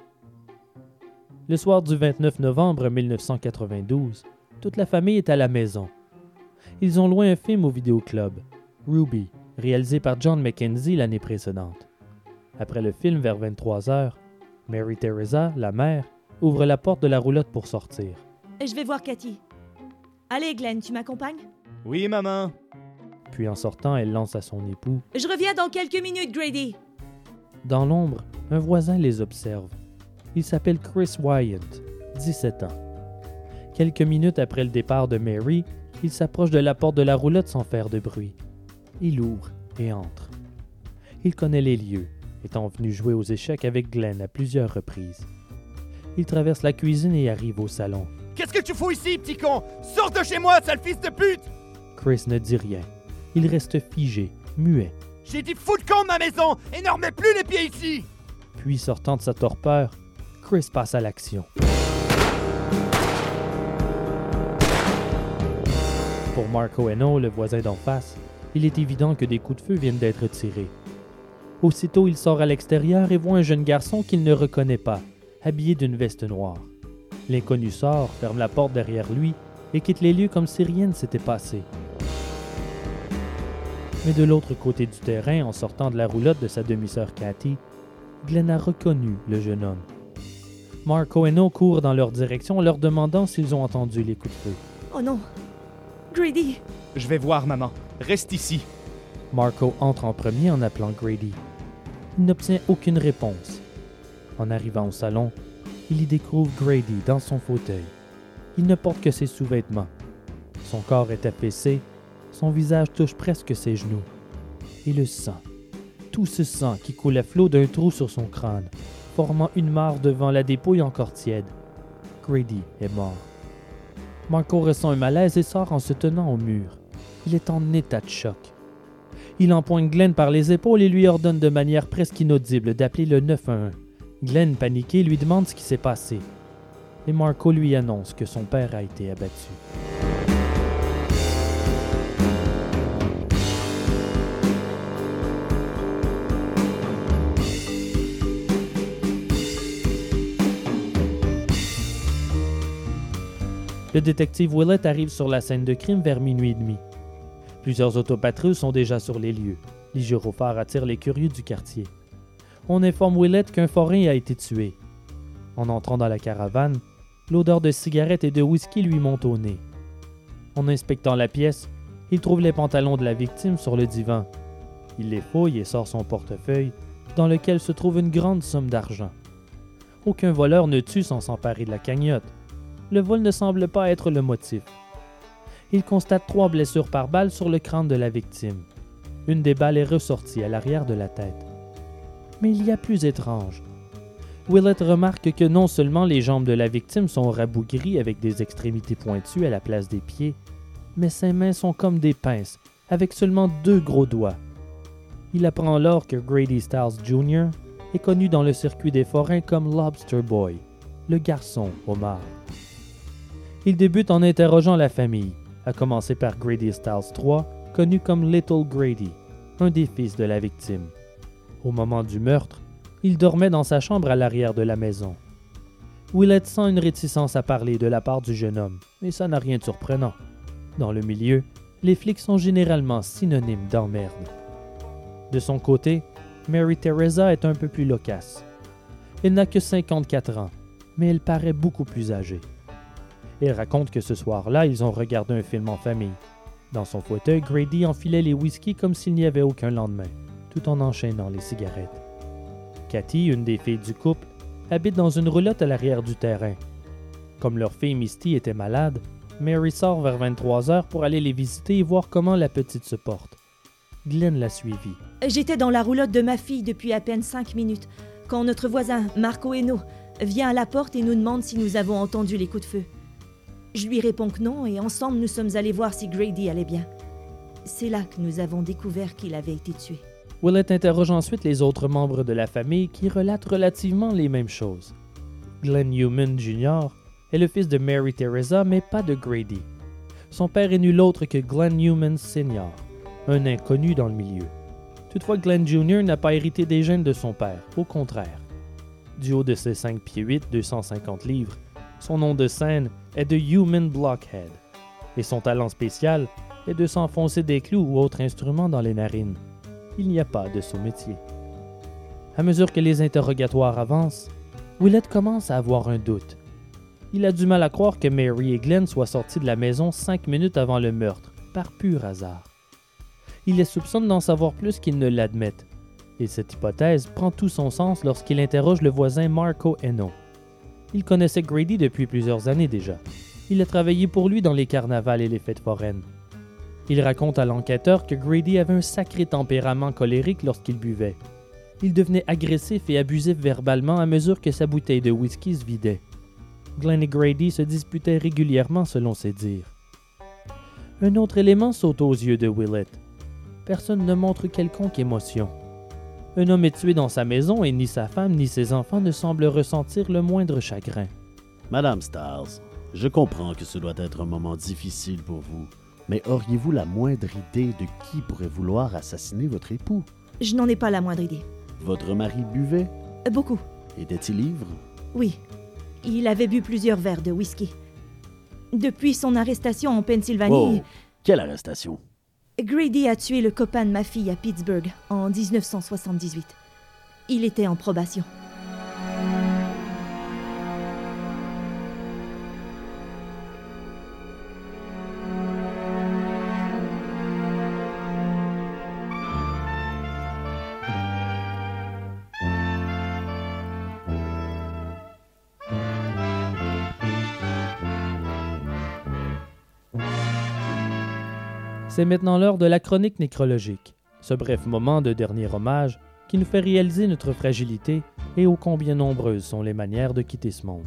Le soir du vingt-neuf novembre mille neuf cent quatre-vingt-douze, toute la famille est à la maison. Ils ont loué un film au vidéoclub, Ruby, réalisé par John Mackenzie l'année précédente. Après le film, vers vingt-trois heures, Mary Teresa, la mère, ouvre la porte de la roulotte pour sortir. Je vais voir Cathy. Allez, Glenn, tu m'accompagnes? Oui, maman. Puis en sortant, elle lance à son époux. Je reviens dans quelques minutes, Grady. Dans l'ombre, un voisin les observe. Il s'appelle Chris Wyant, dix-sept ans. Quelques minutes après le départ de Mary, il s'approche de la porte de la roulotte sans faire de bruit. Il ouvre et entre. Il connaît les lieux, étant venu jouer aux échecs avec Glenn à plusieurs reprises. Il traverse la cuisine et arrive au salon. Qu'est-ce que tu fous ici, petit con? Sors de chez moi, sale fils de pute! Chris ne dit rien. Il reste figé, muet. J'ai dit fous de camp de ma maison et ne remets plus les pieds ici! Puis, sortant de sa torpeur, Chris passe à l'action. Pour Marco Eno, le voisin d'en face, il est évident que des coups de feu viennent d'être tirés. Aussitôt, il sort à l'extérieur et voit un jeune garçon qu'il ne reconnaît pas, habillé d'une veste noire. L'inconnu sort, ferme la porte derrière lui et quitte les lieux comme si rien ne s'était passé. Mais de l'autre côté du terrain, en sortant de la roulotte de sa demi-sœur Cathy, Glenn a reconnu le jeune homme. Marco et No courent dans leur direction en leur demandant s'ils ont entendu les coups de feu. Oh non! Grady! Je vais voir, maman. Reste ici. Marco entre en premier en appelant Grady. Il n'obtient aucune réponse. En arrivant au salon, il y découvre Grady dans son fauteuil. Il ne porte que ses sous-vêtements. Son corps est affaissé, son visage touche presque ses genoux. Et le sang, tout ce sang qui coule à flot d'un trou sur son crâne, formant une mare devant la dépouille encore tiède. Grady est mort. Marco ressent un malaise et sort en se tenant au mur. Il est en état de choc. Il empoigne Glenn par les épaules et lui ordonne de manière presque inaudible d'appeler le neuf un un. Glenn, paniqué, lui demande ce qui s'est passé. Et Marco lui annonce que son père a été abattu. Le détective Willett arrive sur la scène de crime vers minuit et demi. Plusieurs autopatrouilles sont déjà sur les lieux. Les gyrophares attirent les curieux du quartier. On informe Willett qu'un forain a été tué. En entrant dans la caravane, l'odeur de cigarettes et de whisky lui monte au nez. En inspectant la pièce, il trouve les pantalons de la victime sur le divan. Il les fouille et sort son portefeuille, dans lequel se trouve une grande somme d'argent. Aucun voleur ne tue sans s'emparer de la cagnotte. Le vol ne semble pas être le motif. Il constate trois blessures par balle sur le crâne de la victime. Une des balles est ressortie à l'arrière de la tête. Mais il y a plus étrange. Willett remarque que non seulement les jambes de la victime sont rabougries avec des extrémités pointues à la place des pieds, mais ses mains sont comme des pinces, avec seulement deux gros doigts. Il apprend alors que Grady Stiles junior est connu dans le circuit des forains comme Lobster Boy, le garçon homard. Il débute en interrogeant la famille, à commencer par Grady Stiles trois, connu comme Little Grady, un des fils de la victime. Au moment du meurtre, il dormait dans sa chambre à l'arrière de la maison. Willett sent une réticence à parler de la part du jeune homme, mais ça n'a rien de surprenant. Dans le milieu, les flics sont généralement synonymes d'emmerde. De son côté, Mary Teresa est un peu plus loquace. Elle n'a que cinquante-quatre ans, mais elle paraît beaucoup plus âgée. Elle raconte que ce soir-là, ils ont regardé un film en famille. Dans son fauteuil, Grady enfilait les whisky comme s'il n'y avait aucun lendemain, tout en enchaînant les cigarettes. Cathy, une des filles du couple, habite dans une roulotte à l'arrière du terrain. Comme leur fille Misty était malade, Mary sort vers vingt-trois heures pour aller les visiter et voir comment la petite se porte. Glenn l'a suivie. J'étais dans la roulotte de ma fille depuis à peine cinq minutes, quand notre voisin, Marco Eno, vient à la porte et nous demande si nous avons entendu les coups de feu. Je lui réponds que non, et ensemble nous sommes allés voir si Grady allait bien. C'est là que nous avons découvert qu'il avait été tué. Willett interroge ensuite les autres membres de la famille qui relatent relativement les mêmes choses. Glenn Newman junior est le fils de Mary Teresa, mais pas de Grady. Son père est nul autre que Glenn Newman senior, un inconnu dans le milieu. Toutefois, Glenn junior n'a pas hérité des gènes de son père, au contraire. Du haut de ses cinq pieds huit, deux cent cinquante livres, son nom de scène est de Human Blockhead, et son talent spécial est de s'enfoncer des clous ou autres instruments dans les narines. Il n'y a pas de sous-métier. À mesure que les interrogatoires avancent, Willett commence à avoir un doute. Il a du mal à croire que Mary et Glenn soient sortis de la maison cinq minutes avant le meurtre, par pur hasard. Il les soupçonne d'en savoir plus qu'ils ne l'admettent, et cette hypothèse prend tout son sens lorsqu'il interroge le voisin Marco Eno. Il connaissait Grady depuis plusieurs années déjà. Il a travaillé pour lui dans les carnavals et les fêtes foraines. Il raconte à l'enquêteur que Grady avait un sacré tempérament colérique lorsqu'il buvait. Il devenait agressif et abusif verbalement à mesure que sa bouteille de whisky se vidait. Glenn et Grady se disputaient régulièrement selon ses dires. Un autre élément saute aux yeux de Willett. Personne ne montre quelconque émotion. Un homme est tué dans sa maison et ni sa femme ni ses enfants ne semblent ressentir le moindre chagrin. Madame Stiles, je comprends que ce doit être un moment difficile pour vous, mais auriez-vous la moindre idée de qui pourrait vouloir assassiner votre époux? Je n'en ai pas la moindre idée. Votre mari buvait? Beaucoup. Était-il ivre? Oui. Il avait bu plusieurs verres de whisky. Depuis son arrestation en Pennsylvanie... Oh, quelle arrestation? Grady a tué le copain de ma fille à Pittsburgh en dix-neuf cent soixante-dix-huit. Il était en probation. C'est maintenant l'heure de la chronique nécrologique, ce bref moment de dernier hommage qui nous fait réaliser notre fragilité et ô combien nombreuses sont les manières de quitter ce monde.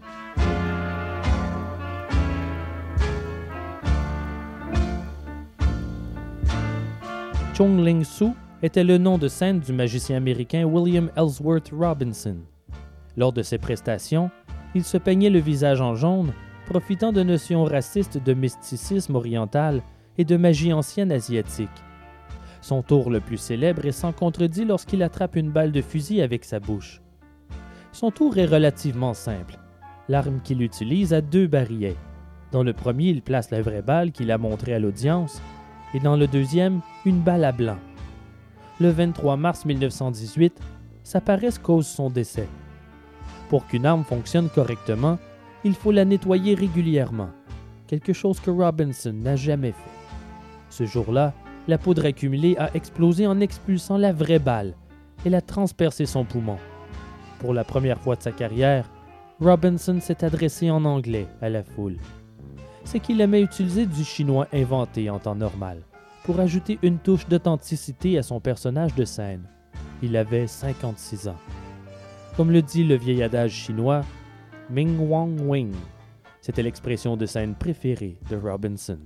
Chong Ling Soo était le nom de scène du magicien américain William Ellsworth Robinson. Lors de ses prestations, il se peignait le visage en jaune, profitant de notions racistes de mysticisme oriental et de magie ancienne asiatique. Son tour le plus célèbre est sans contredit lorsqu'il attrape une balle de fusil avec sa bouche. Son tour est relativement simple. L'arme qu'il utilise a deux barilets. Dans le premier, il place la vraie balle qu'il a montrée à l'audience, et dans le deuxième, une balle à blanc. Le vingt-trois mars mille neuf cent dix-huit, sa paresse cause son décès. Pour qu'une arme fonctionne correctement, il faut la nettoyer régulièrement, quelque chose que Robinson n'a jamais fait. Ce jour-là, la poudre accumulée a explosé en expulsant la vraie balle. Elle a transpercé son poumon. Pour la première fois de sa carrière, Robinson s'est adressé en anglais à la foule. C'est qu'il aimait utiliser du chinois inventé en temps normal, pour ajouter une touche d'authenticité à son personnage de scène. Il avait cinquante-six ans. Comme le dit le vieil adage chinois, « Ming Wang Wing », c'était l'expression de scène préférée de Robinson.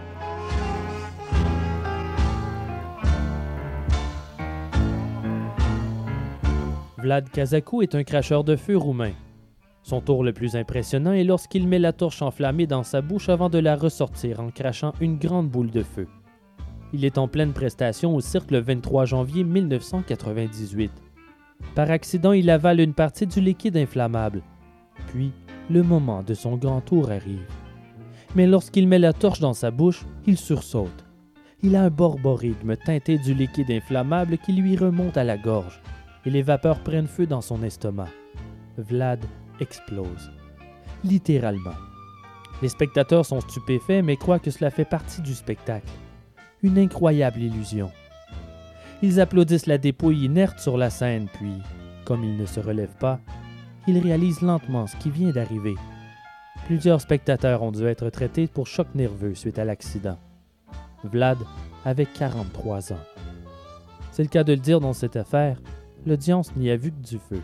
Vlad Kazakou est un cracheur de feu roumain. Son tour le plus impressionnant est lorsqu'il met la torche enflammée dans sa bouche avant de la ressortir en crachant une grande boule de feu. Il est en pleine prestation au cirque le vingt-trois janvier mille neuf cent quatre-vingt-dix-huit. Par accident, il avale une partie du liquide inflammable. Puis, le moment de son grand tour arrive. Mais lorsqu'il met la torche dans sa bouche, il sursaute. Il a un borborygme teinté du liquide inflammable qui lui remonte à la gorge, et les vapeurs prennent feu dans son estomac. Vlad explose. Littéralement. Les spectateurs sont stupéfaits mais croient que cela fait partie du spectacle. Une incroyable illusion. Ils applaudissent la dépouille inerte sur la scène, puis, comme il ne se relève pas, ils réalisent lentement ce qui vient d'arriver. Plusieurs spectateurs ont dû être traités pour choc nerveux suite à l'accident. Vlad avait quarante-trois ans. C'est le cas de le dire dans cette affaire, l'audience n'y a vu que du feu.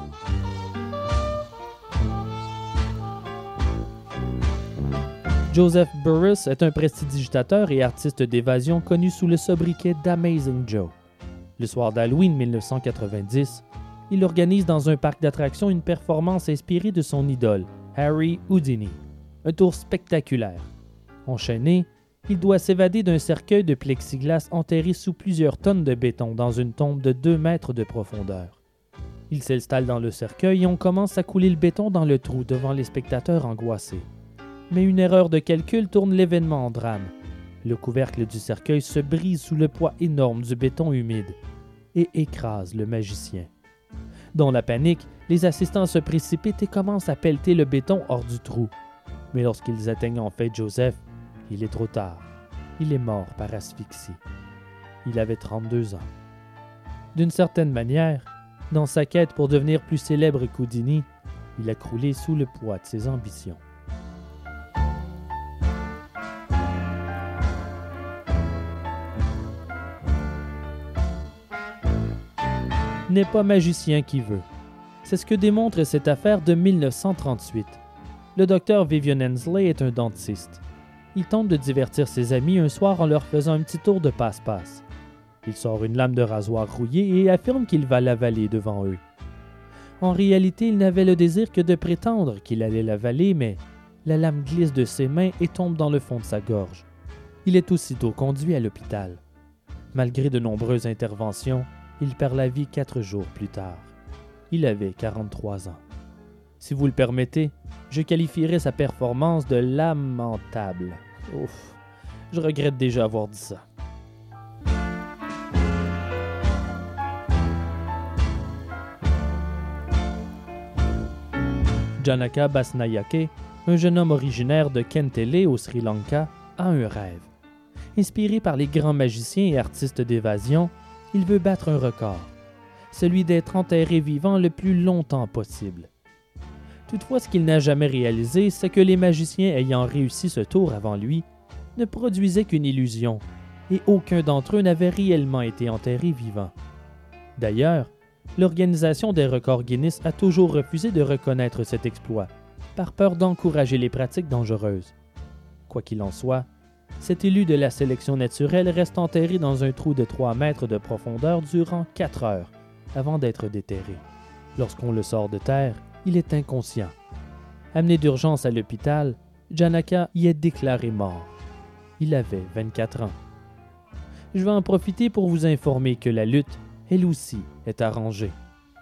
Joseph Burris est un prestidigitateur et artiste d'évasion connu sous le sobriquet d'Amazing Joe. Le soir d'Halloween mille neuf cent quatre-vingt-dix, il organise dans un parc d'attractions une performance inspirée de son idole, Harry Houdini. Un tour spectaculaire. Enchaîné, il doit s'évader d'un cercueil de plexiglas enterré sous plusieurs tonnes de béton dans une tombe de deux mètres de profondeur. Il s'installe dans le cercueil et on commence à couler le béton dans le trou devant les spectateurs angoissés. Mais une erreur de calcul tourne l'événement en drame. Le couvercle du cercueil se brise sous le poids énorme du béton humide et écrase le magicien. Dans la panique, les assistants se précipitent et commencent à pelleter le béton hors du trou. Mais lorsqu'ils atteignent en fait Joseph, il est trop tard. Il est mort par asphyxie. Il avait trente-deux ans. D'une certaine manière, dans sa quête pour devenir plus célèbre qu'Houdini, il a croulé sous le poids de ses ambitions. N'est pas magicien qui veut. C'est ce que démontre cette affaire de mille neuf cent trente-huit. Le docteur Vivian Hensley est un dentiste. Il tente de divertir ses amis un soir en leur faisant un petit tour de passe-passe. Il sort une lame de rasoir rouillée et affirme qu'il va l'avaler devant eux. En réalité, il n'avait le désir que de prétendre qu'il allait l'avaler, mais la lame glisse de ses mains et tombe dans le fond de sa gorge. Il est aussitôt conduit à l'hôpital. Malgré de nombreuses interventions, il perd la vie quatre jours plus tard. Il avait quarante-trois ans. Si vous le permettez, je qualifierais sa performance de lamentable. Ouf, je regrette déjà avoir dit ça. Janaka Basnayake, un jeune homme originaire de Kentele au Sri Lanka, a un rêve. Inspiré par les grands magiciens et artistes d'évasion, il veut battre un record, celui d'être enterré vivant le plus longtemps possible. Toutefois, ce qu'il n'a jamais réalisé, c'est que les magiciens ayant réussi ce tour avant lui ne produisaient qu'une illusion, et aucun d'entre eux n'avait réellement été enterré vivant. D'ailleurs, l'Organisation des records Guinness a toujours refusé de reconnaître cet exploit, par peur d'encourager les pratiques dangereuses. Quoi qu'il en soit, cet élu de la sélection naturelle reste enterré dans un trou de trois mètres de profondeur durant quatre heures, avant d'être déterré. Lorsqu'on le sort de terre, il est inconscient. Amené d'urgence à l'hôpital, Janaka y est déclaré mort. Il avait vingt-quatre ans. Je vais en profiter pour vous informer que la lutte, elle aussi, est arrangée.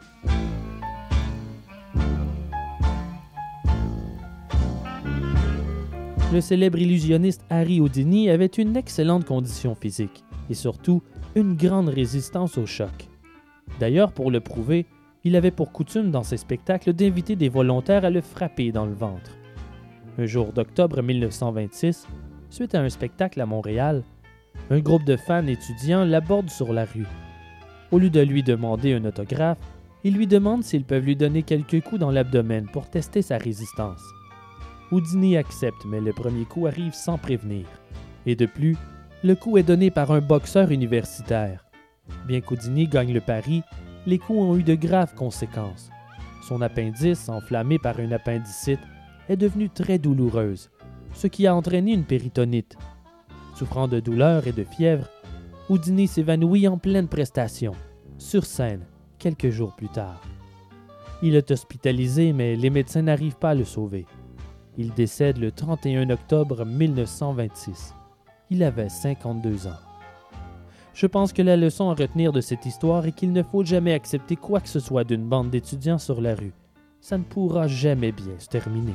Le célèbre illusionniste Harry Houdini avait une excellente condition physique et surtout une grande résistance au choc. D'ailleurs, pour le prouver, il avait pour coutume dans ses spectacles d'inviter des volontaires à le frapper dans le ventre. Un jour d'octobre mille neuf cent vingt-six, suite à un spectacle à Montréal, un groupe de fans étudiants l'aborde sur la rue. Au lieu de lui demander un autographe, ils lui demandent s'ils peuvent lui donner quelques coups dans l'abdomen pour tester sa résistance. Houdini accepte, mais le premier coup arrive sans prévenir. Et de plus, le coup est donné par un boxeur universitaire. Bien qu'Houdini gagne le pari, les coups ont eu de graves conséquences. Son appendice, enflammé par une appendicite, est devenue très douloureuse, ce qui a entraîné une péritonite. Souffrant de douleur et de fièvre, Houdini s'évanouit en pleine prestation, sur scène, quelques jours plus tard. Il est hospitalisé, mais les médecins n'arrivent pas à le sauver. Il décède le trente et un octobre mille neuf cent vingt-six. Il avait cinquante-deux ans. Je pense que la leçon à retenir de cette histoire est qu'il ne faut jamais accepter quoi que ce soit d'une bande d'étudiants sur la rue. Ça ne pourra jamais bien se terminer.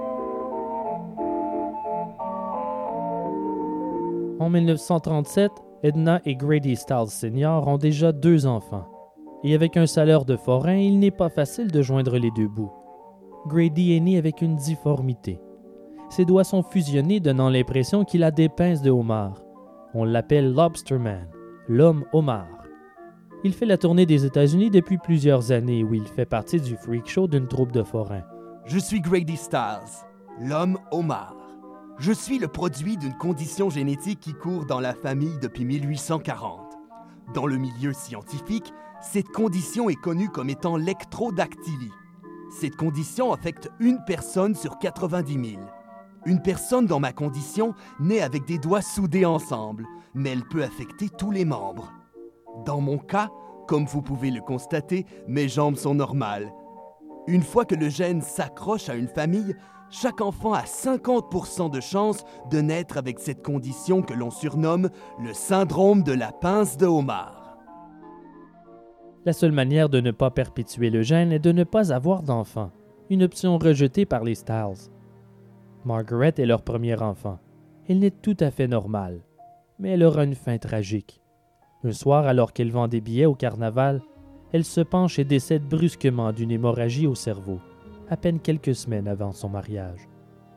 En mille neuf cent trente-sept, Edna et Grady Stiles Senior ont déjà deux enfants, et avec un salaire de forain, il n'est pas facile de joindre les deux bouts. Grady est né avec une difformité. Ses doigts sont fusionnés, donnant l'impression qu'il a des pinces de homard. On l'appelle Lobsterman, l'homme homard. Il fait la tournée des États-Unis depuis plusieurs années, où il fait partie du freak show d'une troupe de forains. Je suis Grady Stiles, l'homme homard. Je suis le produit d'une condition génétique qui court dans la famille depuis mille huit cent quarante. Dans le milieu scientifique, cette condition est connue comme étant l'ectrodactylie. Cette condition affecte une personne sur quatre-vingt-dix mille. Une personne dans ma condition naît avec des doigts soudés ensemble, mais elle peut affecter tous les membres. Dans mon cas, comme vous pouvez le constater, mes jambes sont normales. Une fois que le gène s'accroche à une famille, chaque enfant a cinquante pour cent de chances de naître avec cette condition que l'on surnomme le syndrome de la pince de homard. La seule manière de ne pas perpétuer le gène est de ne pas avoir d'enfant, une option rejetée par les Stiles. Margaret est leur premier enfant. Elle n'est tout à fait normale, mais elle aura une fin tragique. Un soir, alors qu'elle vend des billets au carnaval, elle se penche et décède brusquement d'une hémorragie au cerveau, à peine quelques semaines avant son mariage.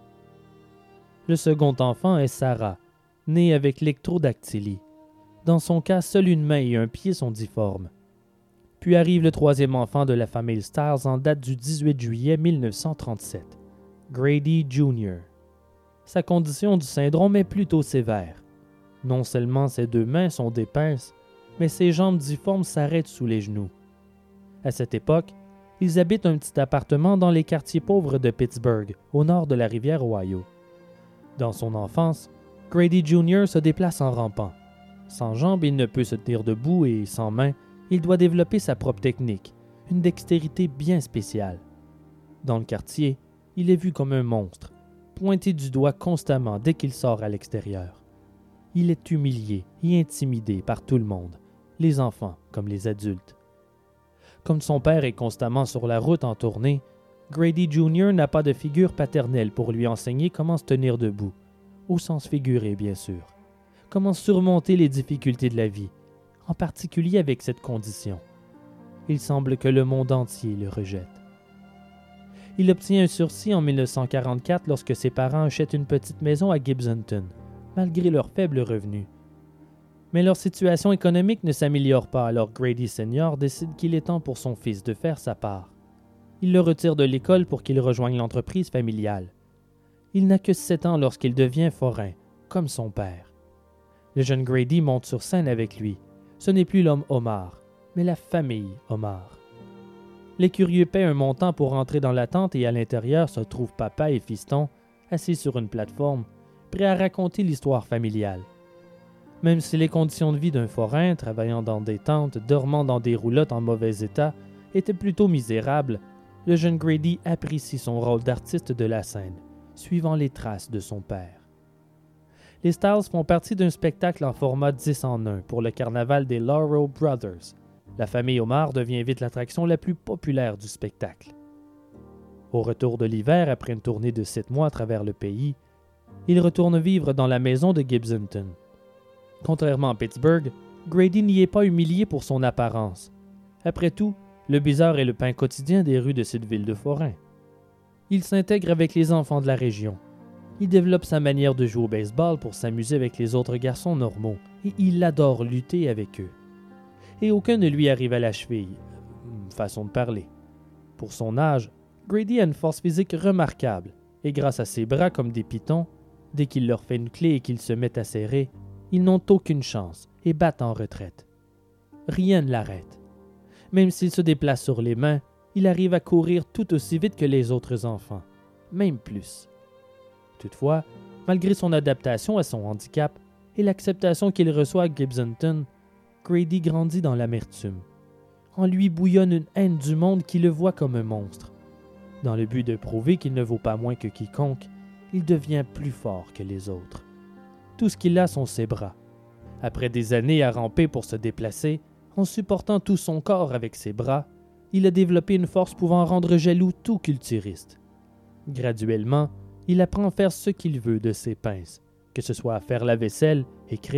Le second enfant est Sarah, née avec l'ectrodactylie. Dans son cas, seule une main et un pied sont difformes. Puis arrive le troisième enfant de la famille Stiles en date du dix-huit juillet mille neuf cent trente-sept, Grady junior Sa condition du syndrome est plutôt sévère. Non seulement ses deux mains sont des pinces, mais ses jambes difformes s'arrêtent sous les genoux. À cette époque, ils habitent un petit appartement dans les quartiers pauvres de Pittsburgh, au nord de la rivière Ohio. Dans son enfance, Grady junior se déplace en rampant. Sans jambes, il ne peut se tenir debout et sans mains, il doit développer sa propre technique, une dextérité bien spéciale. Dans le quartier, il est vu comme un monstre, pointé du doigt constamment dès qu'il sort à l'extérieur. Il est humilié et intimidé par tout le monde, les enfants comme les adultes. Comme son père est constamment sur la route en tournée, Grady junior n'a pas de figure paternelle pour lui enseigner comment se tenir debout, au sens figuré bien sûr, comment surmonter les difficultés de la vie, en particulier avec cette condition. Il semble que le monde entier le rejette. Il obtient un sursis en mille neuf cent quarante-quatre lorsque ses parents achètent une petite maison à Gibsonton, malgré leurs faibles revenus. Mais leur situation économique ne s'améliore pas, alors Grady senior décide qu'il est temps pour son fils de faire sa part. Il le retire de l'école pour qu'il rejoigne l'entreprise familiale. Il n'a que sept ans lorsqu'il devient forain, comme son père. Le jeune Grady monte sur scène avec lui. Ce n'est plus l'homme homard, mais la famille homard. Les curieux paient un montant pour entrer dans la tente et à l'intérieur se trouvent papa et fiston, assis sur une plateforme, prêts à raconter l'histoire familiale. Même si les conditions de vie d'un forain, travaillant dans des tentes, dormant dans des roulottes en mauvais état, étaient plutôt misérables, le jeune Grady apprécie son rôle d'artiste de la scène, suivant les traces de son père. Les Stiles font partie d'un spectacle en format dix en un pour le carnaval des Laurel Brothers. La famille Homard devient vite l'attraction la plus populaire du spectacle. Au retour de l'hiver, après une tournée de sept mois à travers le pays, ils retournent vivre dans la maison de Gibsonton. Contrairement à Pittsburgh, Grady n'y est pas humilié pour son apparence. Après tout, le bizarre est le pain quotidien des rues de cette ville de forain. Il s'intègre avec les enfants de la région. Il développe sa manière de jouer au baseball pour s'amuser avec les autres garçons normaux et il adore lutter avec eux. Et aucun ne lui arrive à la cheville, façon de parler. Pour son âge, Grady a une force physique remarquable et grâce à ses bras comme des pitons, dès qu'il leur fait une clé et qu'ils se mettent à serrer, ils n'ont aucune chance et battent en retraite. Rien ne l'arrête. Même s'il se déplace sur les mains, il arrive à courir tout aussi vite que les autres enfants, même plus. Toutefois, malgré son adaptation à son handicap et l'acceptation qu'il reçoit à Gibsonton, Grady grandit dans l'amertume. En lui bouillonne une haine du monde qui le voit comme un monstre. Dans le but de prouver qu'il ne vaut pas moins que quiconque, il devient plus fort que les autres. Tout ce qu'il a sont ses bras. Après des années à ramper pour se déplacer, en supportant tout son corps avec ses bras, il a développé une force pouvant rendre jaloux tout culturiste. Graduellement, il apprend à faire ce qu'il veut de ses pinces, que ce soit à faire la vaisselle, écrire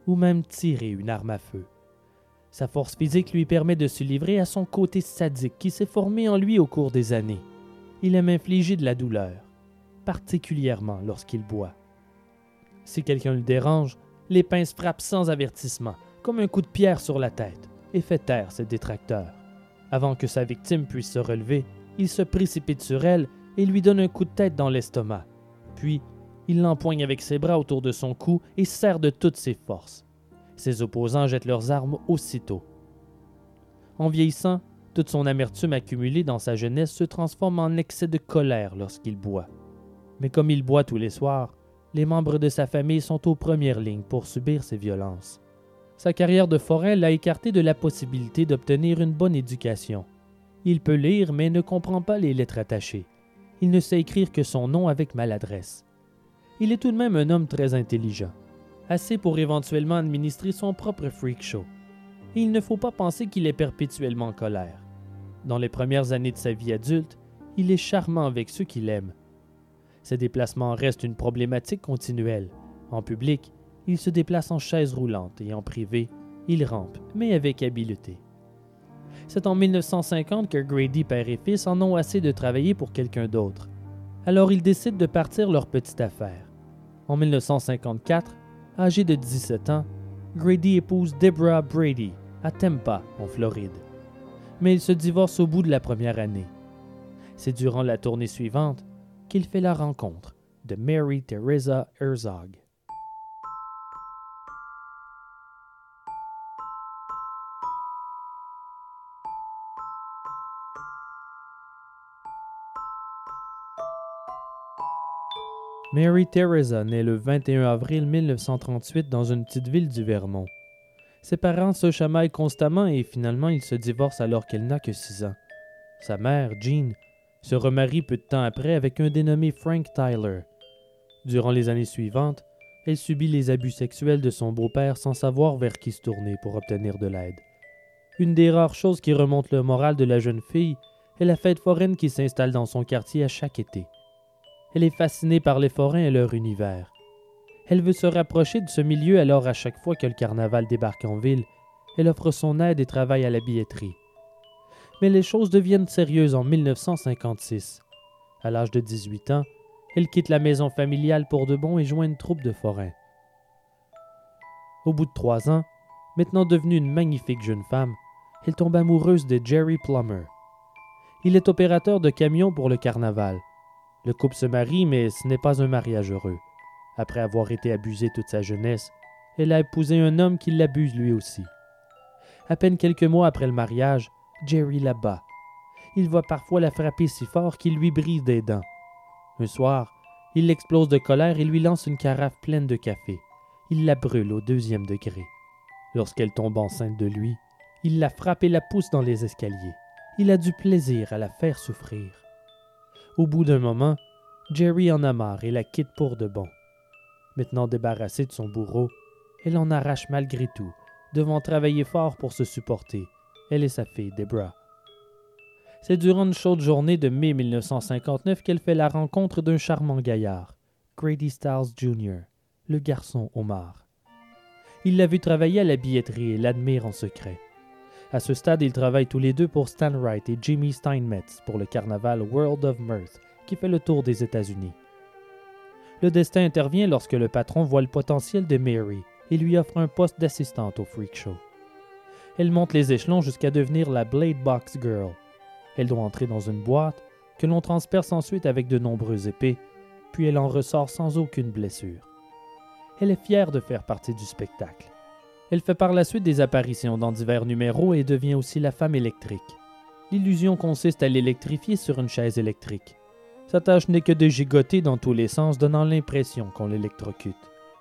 ou même tirer une arme à feu. Sa force physique lui permet de se livrer à son côté sadique qui s'est formé en lui au cours des années. Il aime infliger de la douleur, particulièrement lorsqu'il boit. Si quelqu'un le dérange, les pinces frappent sans avertissement, comme un coup de pierre sur la tête, et fait taire ses détracteurs. Avant que sa victime puisse se relever, il se précipite sur elle et lui donne un coup de tête dans l'estomac. Puis, il l'empoigne avec ses bras autour de son cou et serre de toutes ses forces. Ses opposants jettent leurs armes aussitôt. En vieillissant, toute son amertume accumulée dans sa jeunesse se transforme en excès de colère lorsqu'il boit. Mais comme il boit tous les soirs, les membres de sa famille sont aux premières lignes pour subir ses violences. Sa carrière de forain l'a écarté de la possibilité d'obtenir une bonne éducation. Il peut lire mais ne comprend pas les lettres attachées. Il ne sait écrire que son nom avec maladresse. Il est tout de même un homme très intelligent, assez pour éventuellement administrer son propre freak show. Et il ne faut pas penser qu'il est perpétuellement en colère. Dans les premières années de sa vie adulte, il est charmant avec ceux qu'il aime. Ses déplacements restent une problématique continuelle. En public, il se déplace en chaise roulante et en privé, il rampe, mais avec habileté. C'est en mille neuf cent cinquante que Grady père et fils en ont assez de travailler pour quelqu'un d'autre. Alors ils décident de partir leur petite affaire. En mille neuf cent cinquante-quatre, âgé de dix-sept ans, Grady épouse Deborah Brady à Tampa, en Floride. Mais il se divorce au bout de la première année. C'est durant la tournée suivante qu'il fait la rencontre de Mary Teresa Herzog. Mary Teresa naît le vingt et un avril mille neuf cent trente-huit dans une petite ville du Vermont. Ses parents se chamaillent constamment et finalement ils se divorcent alors qu'elle n'a que six ans. Sa mère, Jean, se remarie peu de temps après avec un dénommé Frank Tyler. Durant les années suivantes, elle subit les abus sexuels de son beau-père sans savoir vers qui se tourner pour obtenir de l'aide. Une des rares choses qui remonte le moral de la jeune fille est la fête foraine qui s'installe dans son quartier à chaque été. Elle est fascinée par les forains et leur univers. Elle veut se rapprocher de ce milieu alors à chaque fois que le carnaval débarque en ville, elle offre son aide et travaille à la billetterie. Mais les choses deviennent sérieuses en mille neuf cent cinquante-six. À l'âge de dix-huit ans, elle quitte la maison familiale pour de bon et joint une troupe de forains. Au bout de trois ans, maintenant devenue une magnifique jeune femme, elle tombe amoureuse de Jerry Plummer. Il est opérateur de camion pour le carnaval. Le couple se marie, mais ce n'est pas un mariage heureux. Après avoir été abusée toute sa jeunesse, elle a épousé un homme qui l'abuse lui aussi. À peine quelques mois après le mariage, Jerry la bat. Il va parfois la frapper si fort qu'il lui brise des dents. Un soir, il l'explose de colère et lui lance une carafe pleine de café. Il la brûle au deuxième degré. Lorsqu'elle tombe enceinte de lui, il la frappe et la pousse dans les escaliers. Il a du plaisir à la faire souffrir. Au bout d'un moment, Jerry en a marre et la quitte pour de bon. Maintenant débarrassée de son bourreau, elle en arrache malgré tout, devant travailler fort pour se supporter, elle et sa fille Deborah. C'est durant une chaude journée de mai mille neuf cent cinquante-neuf qu'elle fait la rencontre d'un charmant gaillard, Grady Stiles junior, le garçon Omar. Il l'a vu travailler à la billetterie et l'admire en secret. À ce stade, ils travaillent tous les deux pour Stan Wright et Jimmy Steinmetz pour le carnaval World of Mirth qui fait le tour des États-Unis. Le destin intervient lorsque le patron voit le potentiel de Mary et lui offre un poste d'assistante au freak show. Elle monte les échelons jusqu'à devenir la Blade Box Girl. Elle doit entrer dans une boîte que l'on transperce ensuite avec de nombreuses épées, puis elle en ressort sans aucune blessure. Elle est fière de faire partie du spectacle. Elle fait par la suite des apparitions dans divers numéros et devient aussi la femme électrique. L'illusion consiste à l'électrifier sur une chaise électrique. Sa tâche n'est que de gigoter dans tous les sens, donnant l'impression qu'on l'électrocute.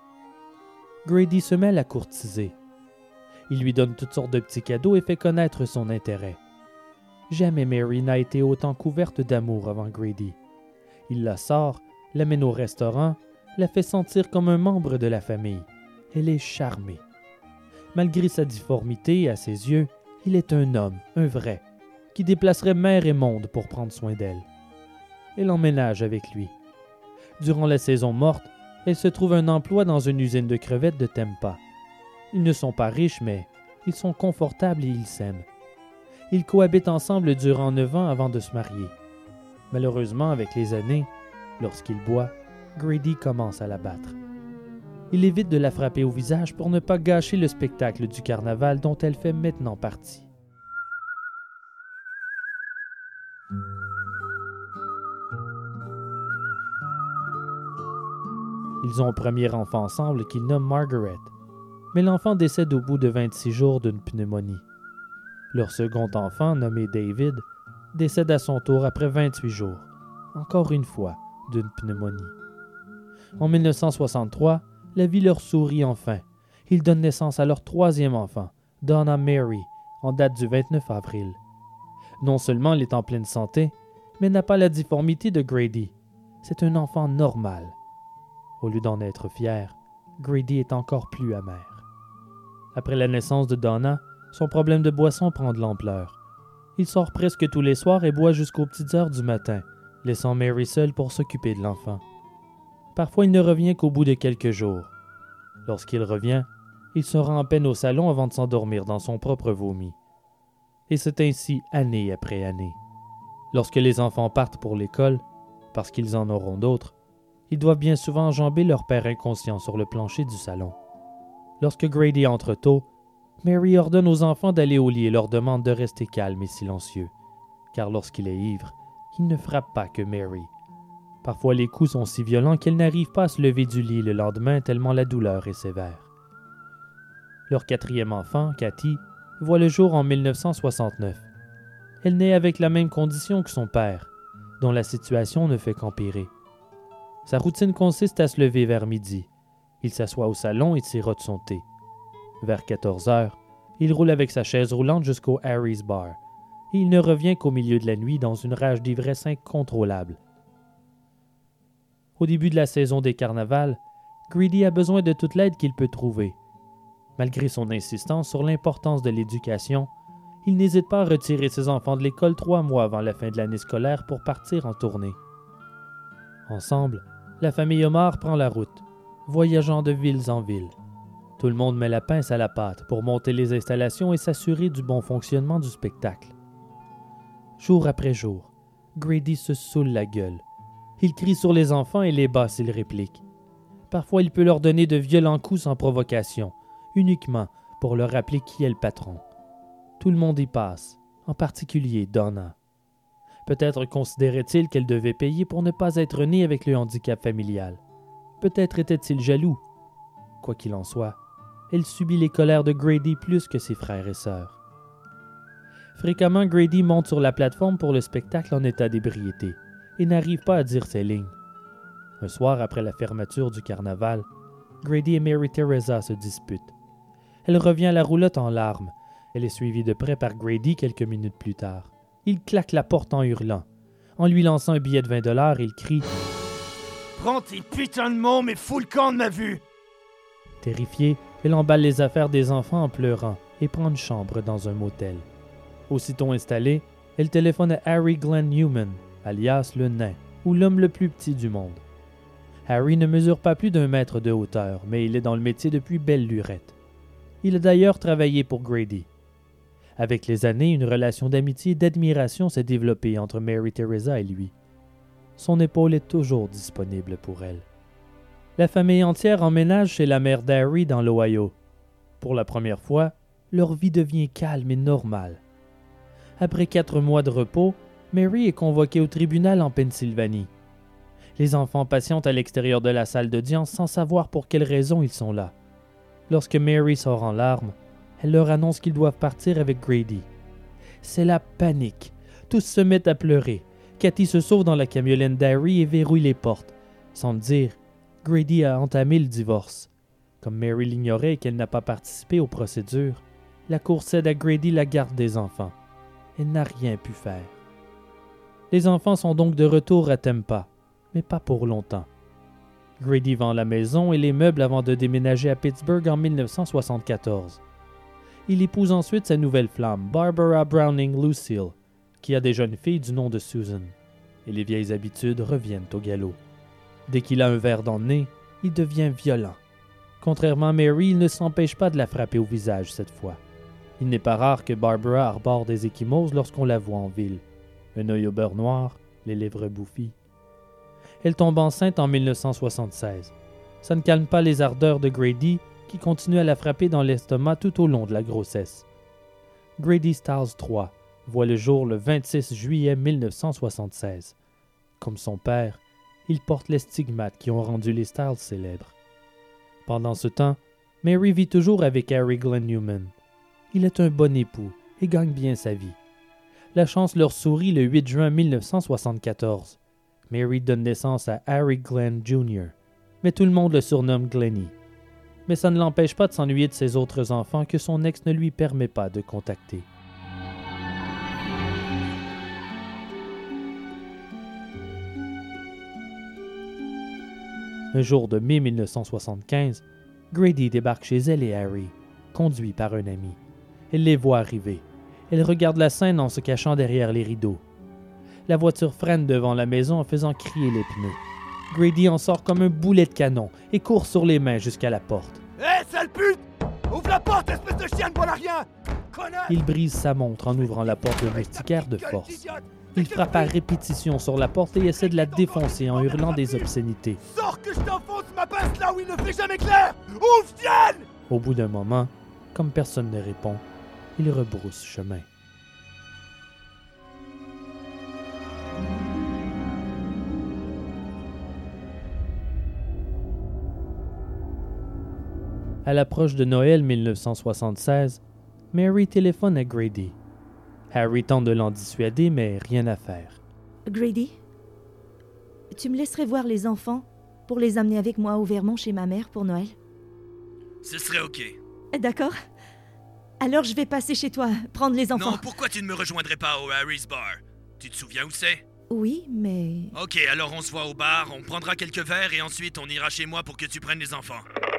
Grady se met à la courtiser. Il lui donne toutes sortes de petits cadeaux et fait connaître son intérêt. Jamais Mary n'a été autant couverte d'amour avant Grady. Il la sort, l'amène au restaurant, la fait sentir comme un membre de la famille. Elle est charmée. Malgré sa difformité, à ses yeux, il est un homme, un vrai, qui déplacerait mer et monde pour prendre soin d'elle. Elle emménage avec lui. Durant la saison morte, elle se trouve un emploi dans une usine de crevettes de Tampa. Ils ne sont pas riches, mais ils sont confortables et ils s'aiment. Ils cohabitent ensemble durant neuf ans avant de se marier. Malheureusement, avec les années, lorsqu'il boit, Grady commence à la battre. Il évite de la frapper au visage pour ne pas gâcher le spectacle du carnaval dont elle fait maintenant partie. Ils ont un premier enfant ensemble qu'ils nomment Margaret, mais l'enfant décède au bout de vingt-six jours d'une pneumonie. Leur second enfant, nommé David, décède à son tour après vingt-huit jours, encore une fois, d'une pneumonie. En mille neuf cent soixante-trois, la vie leur sourit enfin. Ils donnent naissance à leur troisième enfant, Donna Mary, en date du vingt-neuf avril. Non seulement elle est en pleine santé, mais n'a pas la difformité de Grady. C'est un enfant normal. Au lieu d'en être fier, Grady est encore plus amer. Après la naissance de Donna, son problème de boisson prend de l'ampleur. Il sort presque tous les soirs et boit jusqu'aux petites heures du matin, laissant Mary seule pour s'occuper de l'enfant. Parfois, il ne revient qu'au bout de quelques jours. Lorsqu'il revient, il se rend à peine au salon avant de s'endormir dans son propre vomi. Et c'est ainsi année après année. Lorsque les enfants partent pour l'école, parce qu'ils en auront d'autres, ils doivent bien souvent enjamber leur père inconscient sur le plancher du salon. Lorsque Grady entre tôt, Mary ordonne aux enfants d'aller au lit et leur demande de rester calmes et silencieux, car lorsqu'il est ivre, il ne frappe pas que Mary. Parfois les coups sont si violents qu'elle n'arrive pas à se lever du lit le lendemain tellement la douleur est sévère. Leur quatrième enfant, Cathy, voit le jour en mille neuf cent soixante-neuf. Elle naît avec la même condition que son père, dont la situation ne fait qu'empirer. Sa routine consiste à se lever vers midi. Il s'assoit au salon et sirote son thé. Vers quatorze heures, il roule avec sa chaise roulante jusqu'au Harry's Bar, et il ne revient qu'au milieu de la nuit dans une rage d'ivresse incontrôlable. Au début de la saison des carnavals, Grady a besoin de toute l'aide qu'il peut trouver. Malgré son insistance sur l'importance de l'éducation, il n'hésite pas à retirer ses enfants de l'école trois mois avant la fin de l'année scolaire pour partir en tournée. Ensemble, la famille Omar prend la route, voyageant de ville en ville. Tout le monde met la pince à la pâte pour monter les installations et s'assurer du bon fonctionnement du spectacle. Jour après jour, Grady se saoule la gueule. Il crie sur les enfants et les bat s'ils répliquent. Parfois, il peut leur donner de violents coups sans provocation, uniquement pour leur rappeler qui est le patron. Tout le monde y passe, en particulier Donna. Peut-être considérait-il qu'elle devait payer pour ne pas être née avec le handicap familial. Peut-être était-il jaloux. Quoi qu'il en soit, elle subit les colères de Grady plus que ses frères et sœurs. Fréquemment, Grady monte sur la plateforme pour le spectacle en état d'ébriété et n'arrive pas à dire ses lignes. Un soir après la fermeture du carnaval, Grady et Mary Teresa se disputent. Elle revient à la roulotte en larmes. Elle est suivie de près par Grady quelques minutes plus tard. Il claque la porte en hurlant. En lui lançant un billet de vingt dollars, il crie « Prends tes putains de mômes et fous le camp de ma vue !» Terrifiée, elle emballe les affaires des enfants en pleurant et prend une chambre dans un motel. Aussitôt installée, elle téléphone à Harry Glenn Newman, alias le nain, ou l'homme le plus petit du monde. Harry ne mesure pas plus d'un mètre de hauteur, mais il est dans le métier depuis belle lurette. Il a d'ailleurs travaillé pour Grady. Avec les années, une relation d'amitié et d'admiration s'est développée entre Mary Teresa et lui. Son épaule est toujours disponible pour elle. La famille entière emménage chez la mère d'Harry dans l'Ohio. Pour la première fois, leur vie devient calme et normale. Après quatre mois de repos, Mary est convoquée au tribunal en Pennsylvanie. Les enfants patientent à l'extérieur de la salle d'audience sans savoir pour quelle raison ils sont là. Lorsque Mary sort en larmes, elle leur annonce qu'ils doivent partir avec Grady. C'est la panique. Tous se mettent à pleurer. Cathy se sauve dans la camionnette d'Harry et verrouille les portes. Sans le dire, Grady a entamé le divorce. Comme Mary l'ignorait et qu'elle n'a pas participé aux procédures, la cour cède à Grady la garde des enfants. Elle n'a rien pu faire. Les enfants sont donc de retour à Tampa, mais pas pour longtemps. Grady vend la maison et les meubles avant de déménager à Pittsburgh en mille neuf cent soixante-quatorze. Il épouse ensuite sa nouvelle flamme, Barbara Browning Lucille, qui a des jeunes filles du nom de Susan, et les vieilles habitudes reviennent au galop. Dès qu'il a un verre dans le nez, il devient violent. Contrairement à Mary, il ne s'empêche pas de la frapper au visage cette fois. Il n'est pas rare que Barbara arbore des ecchymoses lorsqu'on la voit en ville. Un œil au beurre noir, les lèvres bouffies. Elle tombe enceinte en mille neuf cent soixante-seize. Ça ne calme pas les ardeurs de Grady, qui continue à la frapper dans l'estomac tout au long de la grossesse. Grady Stiles trois voit le jour le vingt-six juillet mille neuf cent soixante-seize. Comme son père, il porte les stigmates qui ont rendu les Stiles célèbres. Pendant ce temps, Mary vit toujours avec Harry Glenn Newman. Il est un bon époux et gagne bien sa vie. La chance leur sourit le huit juin mille neuf cent soixante-quatorze. Mary donne naissance à Harry Glenn junior, mais tout le monde le surnomme Glenny. Mais ça ne l'empêche pas de s'ennuyer de ses autres enfants que son ex ne lui permet pas de contacter. Un jour de mai mille neuf cent soixante-quinze, Grady débarque chez elle et Harry, conduit par un ami. Elle les voit arriver. Elle regarde la scène en se cachant derrière les rideaux. La voiture freine devant la maison en faisant crier les pneus. Grady en sort comme un boulet de canon et court sur les mains jusqu'à la porte. Hé, hey, sale pute! Ouvre la porte, espèce de chien de bon à rien! Connard! Il brise sa montre en ouvrant la porte de moustiquaire de force. Il frappe à répétition sur la porte et essaie de la défoncer en hurlant des obscénités. Sors que je t'enfonce ma pince là où il ne fait jamais clair! Ouvre, tienne! Au bout d'un moment, comme personne ne répond, il rebrousse chemin. À l'approche de Noël mille neuf cent soixante-seize, Mary téléphone à Grady. Harry tente de l'en dissuader, mais rien à faire. Grady, tu me laisserais voir les enfants pour les amener avec moi au Vermont chez ma mère pour Noël? Ce serait ok. D'accord. Alors je vais passer chez toi, prendre les enfants. Non, pourquoi tu ne me rejoindrais pas au Harry's Bar? Tu te souviens où c'est? Oui, mais... Ok, alors on se voit au bar, on prendra quelques verres et ensuite on ira chez moi pour que tu prennes les enfants.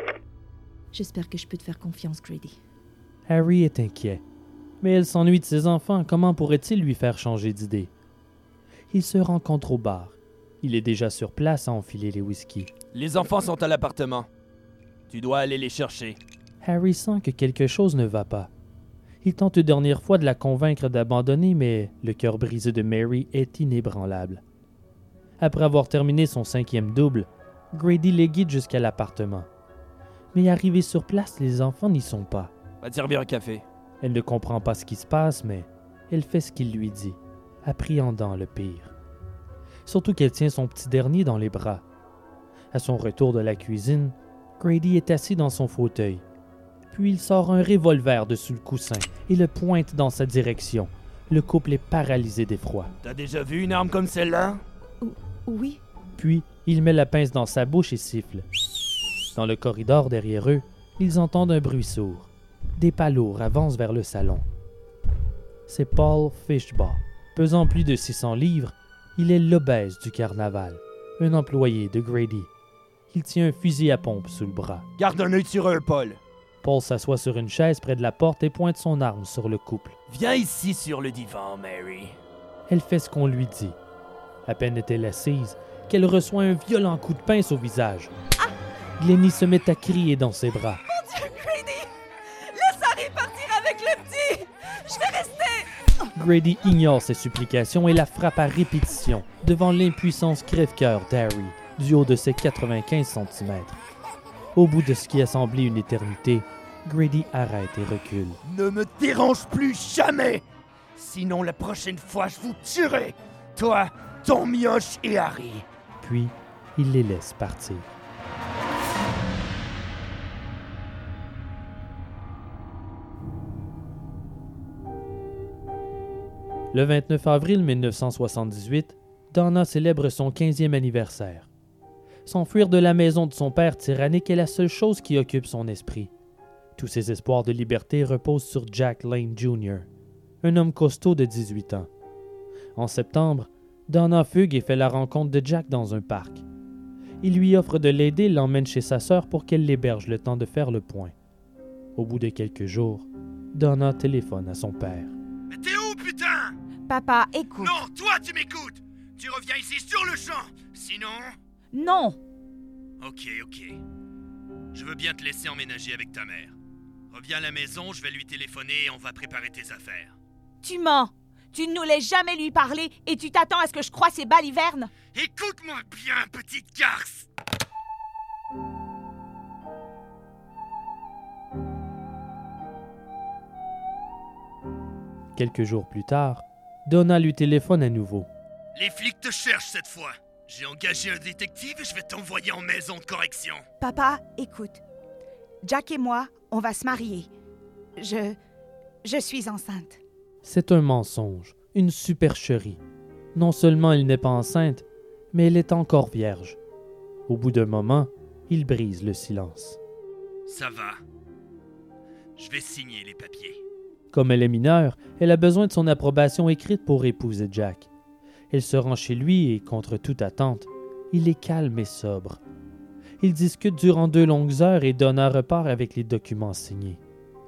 J'espère que je peux te faire confiance, Grady. Harry est inquiet. Mais elle s'ennuie de ses enfants, comment pourrait-il lui faire changer d'idée? Ils se rencontrent au bar. Il est déjà sur place à enfiler les whisky. Les enfants sont à l'appartement. Tu dois aller les chercher. Harry sent que quelque chose ne va pas. Il tente une dernière fois de la convaincre d'abandonner, mais le cœur brisé de Mary est inébranlable. Après avoir terminé son cinquième double, Grady les guide jusqu'à l'appartement. Mais arrivés sur place, les enfants n'y sont pas. Va te servir un café. Elle ne comprend pas ce qui se passe, mais elle fait ce qu'il lui dit, appréhendant le pire. Surtout qu'elle tient son petit dernier dans les bras. À son retour de la cuisine, Grady est assis dans son fauteuil. Puis il sort un revolver de sous le coussin et le pointe dans sa direction. Le couple est paralysé d'effroi. T'as déjà vu une arme comme celle-là? Oui. Puis, il met la pince dans sa bouche et siffle. Dans le corridor derrière eux, ils entendent un bruit sourd. Des pas lourds avancent vers le salon. C'est Paul Fishbaugh. Pesant plus de six cents livres, il est l'obèse du carnaval, un employé de Grady. Il tient un fusil à pompe sous le bras. Garde un œil sur eux, Paul. Paul s'assoit sur une chaise près de la porte et pointe son arme sur le couple. Viens ici sur le divan, Mary. Elle fait ce qu'on lui dit. À peine est-elle assise qu'elle reçoit un violent coup de pince au visage. Ah! Glenny se met à crier dans ses bras. Mon Dieu, Grady! Laisse Harry partir avec le petit! Je vais rester! Grady ignore ses supplications et la frappe à répétition devant l'impuissance crève-cœur d'Harry, du haut de ses quatre-vingt-quinze centimètres. Au bout de ce qui a semblé une éternité, Grady arrête et recule. Ne me dérange plus jamais! Sinon, la prochaine fois, je vous tuerai! Toi, ton mioche et Harry! Puis, il les laisse partir. Le vingt-neuf avril mille neuf cent soixante-dix-huit, Donna célèbre son quinzième anniversaire. S'enfuir de la maison de son père tyrannique est la seule chose qui occupe son esprit. Tous ses espoirs de liberté reposent sur Jack Lane junior, un homme costaud de dix-huit ans. En septembre, Donna fugue et fait la rencontre de Jack dans un parc. Il lui offre de l'aider et l'emmène chez sa sœur pour qu'elle l'héberge le temps de faire le point. Au bout de quelques jours, Donna téléphone à son père. « Mais t'es où, putain? Papa, écoute. Non, toi, tu m'écoutes! Tu reviens ici sur le champ! Sinon... » Non! Ok, ok. Je veux bien te laisser emménager avec ta mère. Reviens à la maison, je vais lui téléphoner et on va préparer tes affaires. Tu mens. Tu ne nous laisses jamais lui parler et tu t'attends à ce que je croie ses balivernes. Écoute-moi bien, petite garce! Quelques jours plus tard, Donna lui téléphone à nouveau. Les flics te cherchent cette fois. J'ai engagé un détective et je vais t'envoyer en maison de correction. Papa, écoute. Jack et moi, on va se marier. Je... je suis enceinte. C'est un mensonge, une supercherie. Non seulement elle n'est pas enceinte, mais elle est encore vierge. Au bout d'un moment, il brise le silence. Ça va. Je vais signer les papiers. Comme elle est mineure, elle a besoin de son approbation écrite pour épouser Jack. Elle se rend chez lui et, contre toute attente, il est calme et sobre. Ils discutent durant deux longues heures et Donna repart avec les documents signés.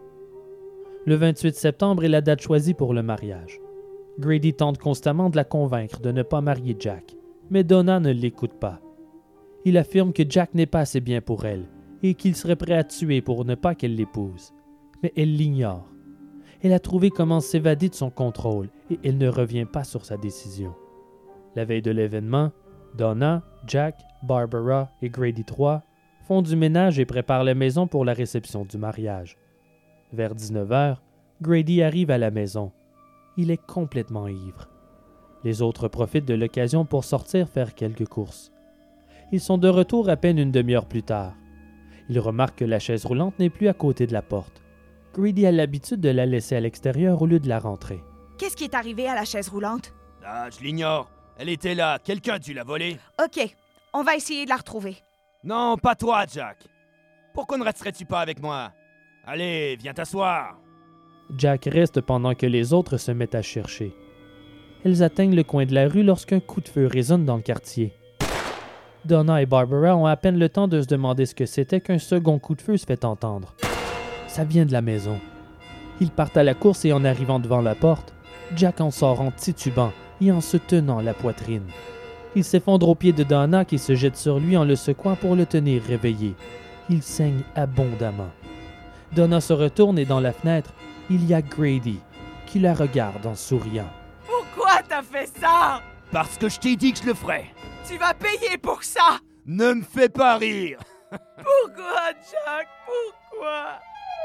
Le vingt-huit septembre est la date choisie pour le mariage. Grady tente constamment de la convaincre de ne pas marier Jack, mais Donna ne l'écoute pas. Il affirme que Jack n'est pas assez bien pour elle et qu'il serait prêt à tuer pour ne pas qu'elle l'épouse. Mais elle l'ignore. Elle a trouvé comment s'évader de son contrôle et elle ne revient pas sur sa décision. La veille de l'événement, Donna, Jack, Barbara et Grady trois font du ménage et préparent la maison pour la réception du mariage. Vers dix-neuf heures, Grady arrive à la maison. Il est complètement ivre. Les autres profitent de l'occasion pour sortir faire quelques courses. Ils sont de retour à peine une demi-heure plus tard. Ils remarquent que la chaise roulante n'est plus à côté de la porte. Grady a l'habitude de la laisser à l'extérieur au lieu de la rentrer. Qu'est-ce qui est arrivé à la chaise roulante? Ah, je l'ignore. Elle était là. Quelqu'un a dû la voler. Ok, on va essayer de la retrouver. Non, pas toi, Jack. Pourquoi ne resterais-tu pas avec moi? Allez, viens t'asseoir. Jack reste pendant que les autres se mettent à chercher. Elles atteignent le coin de la rue lorsqu'un coup de feu résonne dans le quartier. Donna et Barbara ont à peine le temps de se demander ce que c'était qu'un second coup de feu se fait entendre. Ça vient de la maison. Ils partent à la course et en arrivant devant la porte, Jack en sort en titubant et en se tenant la poitrine. Il s'effondre aux pieds de Donna qui se jette sur lui en le secouant pour le tenir réveillé. Il saigne abondamment. Donna se retourne et dans la fenêtre, il y a Grady qui la regarde en souriant. Pourquoi t'as fait ça? Parce que je t'ai dit que je le ferais. Tu vas payer pour ça! Ne me fais pas rire. Pourquoi, Jack? Pourquoi?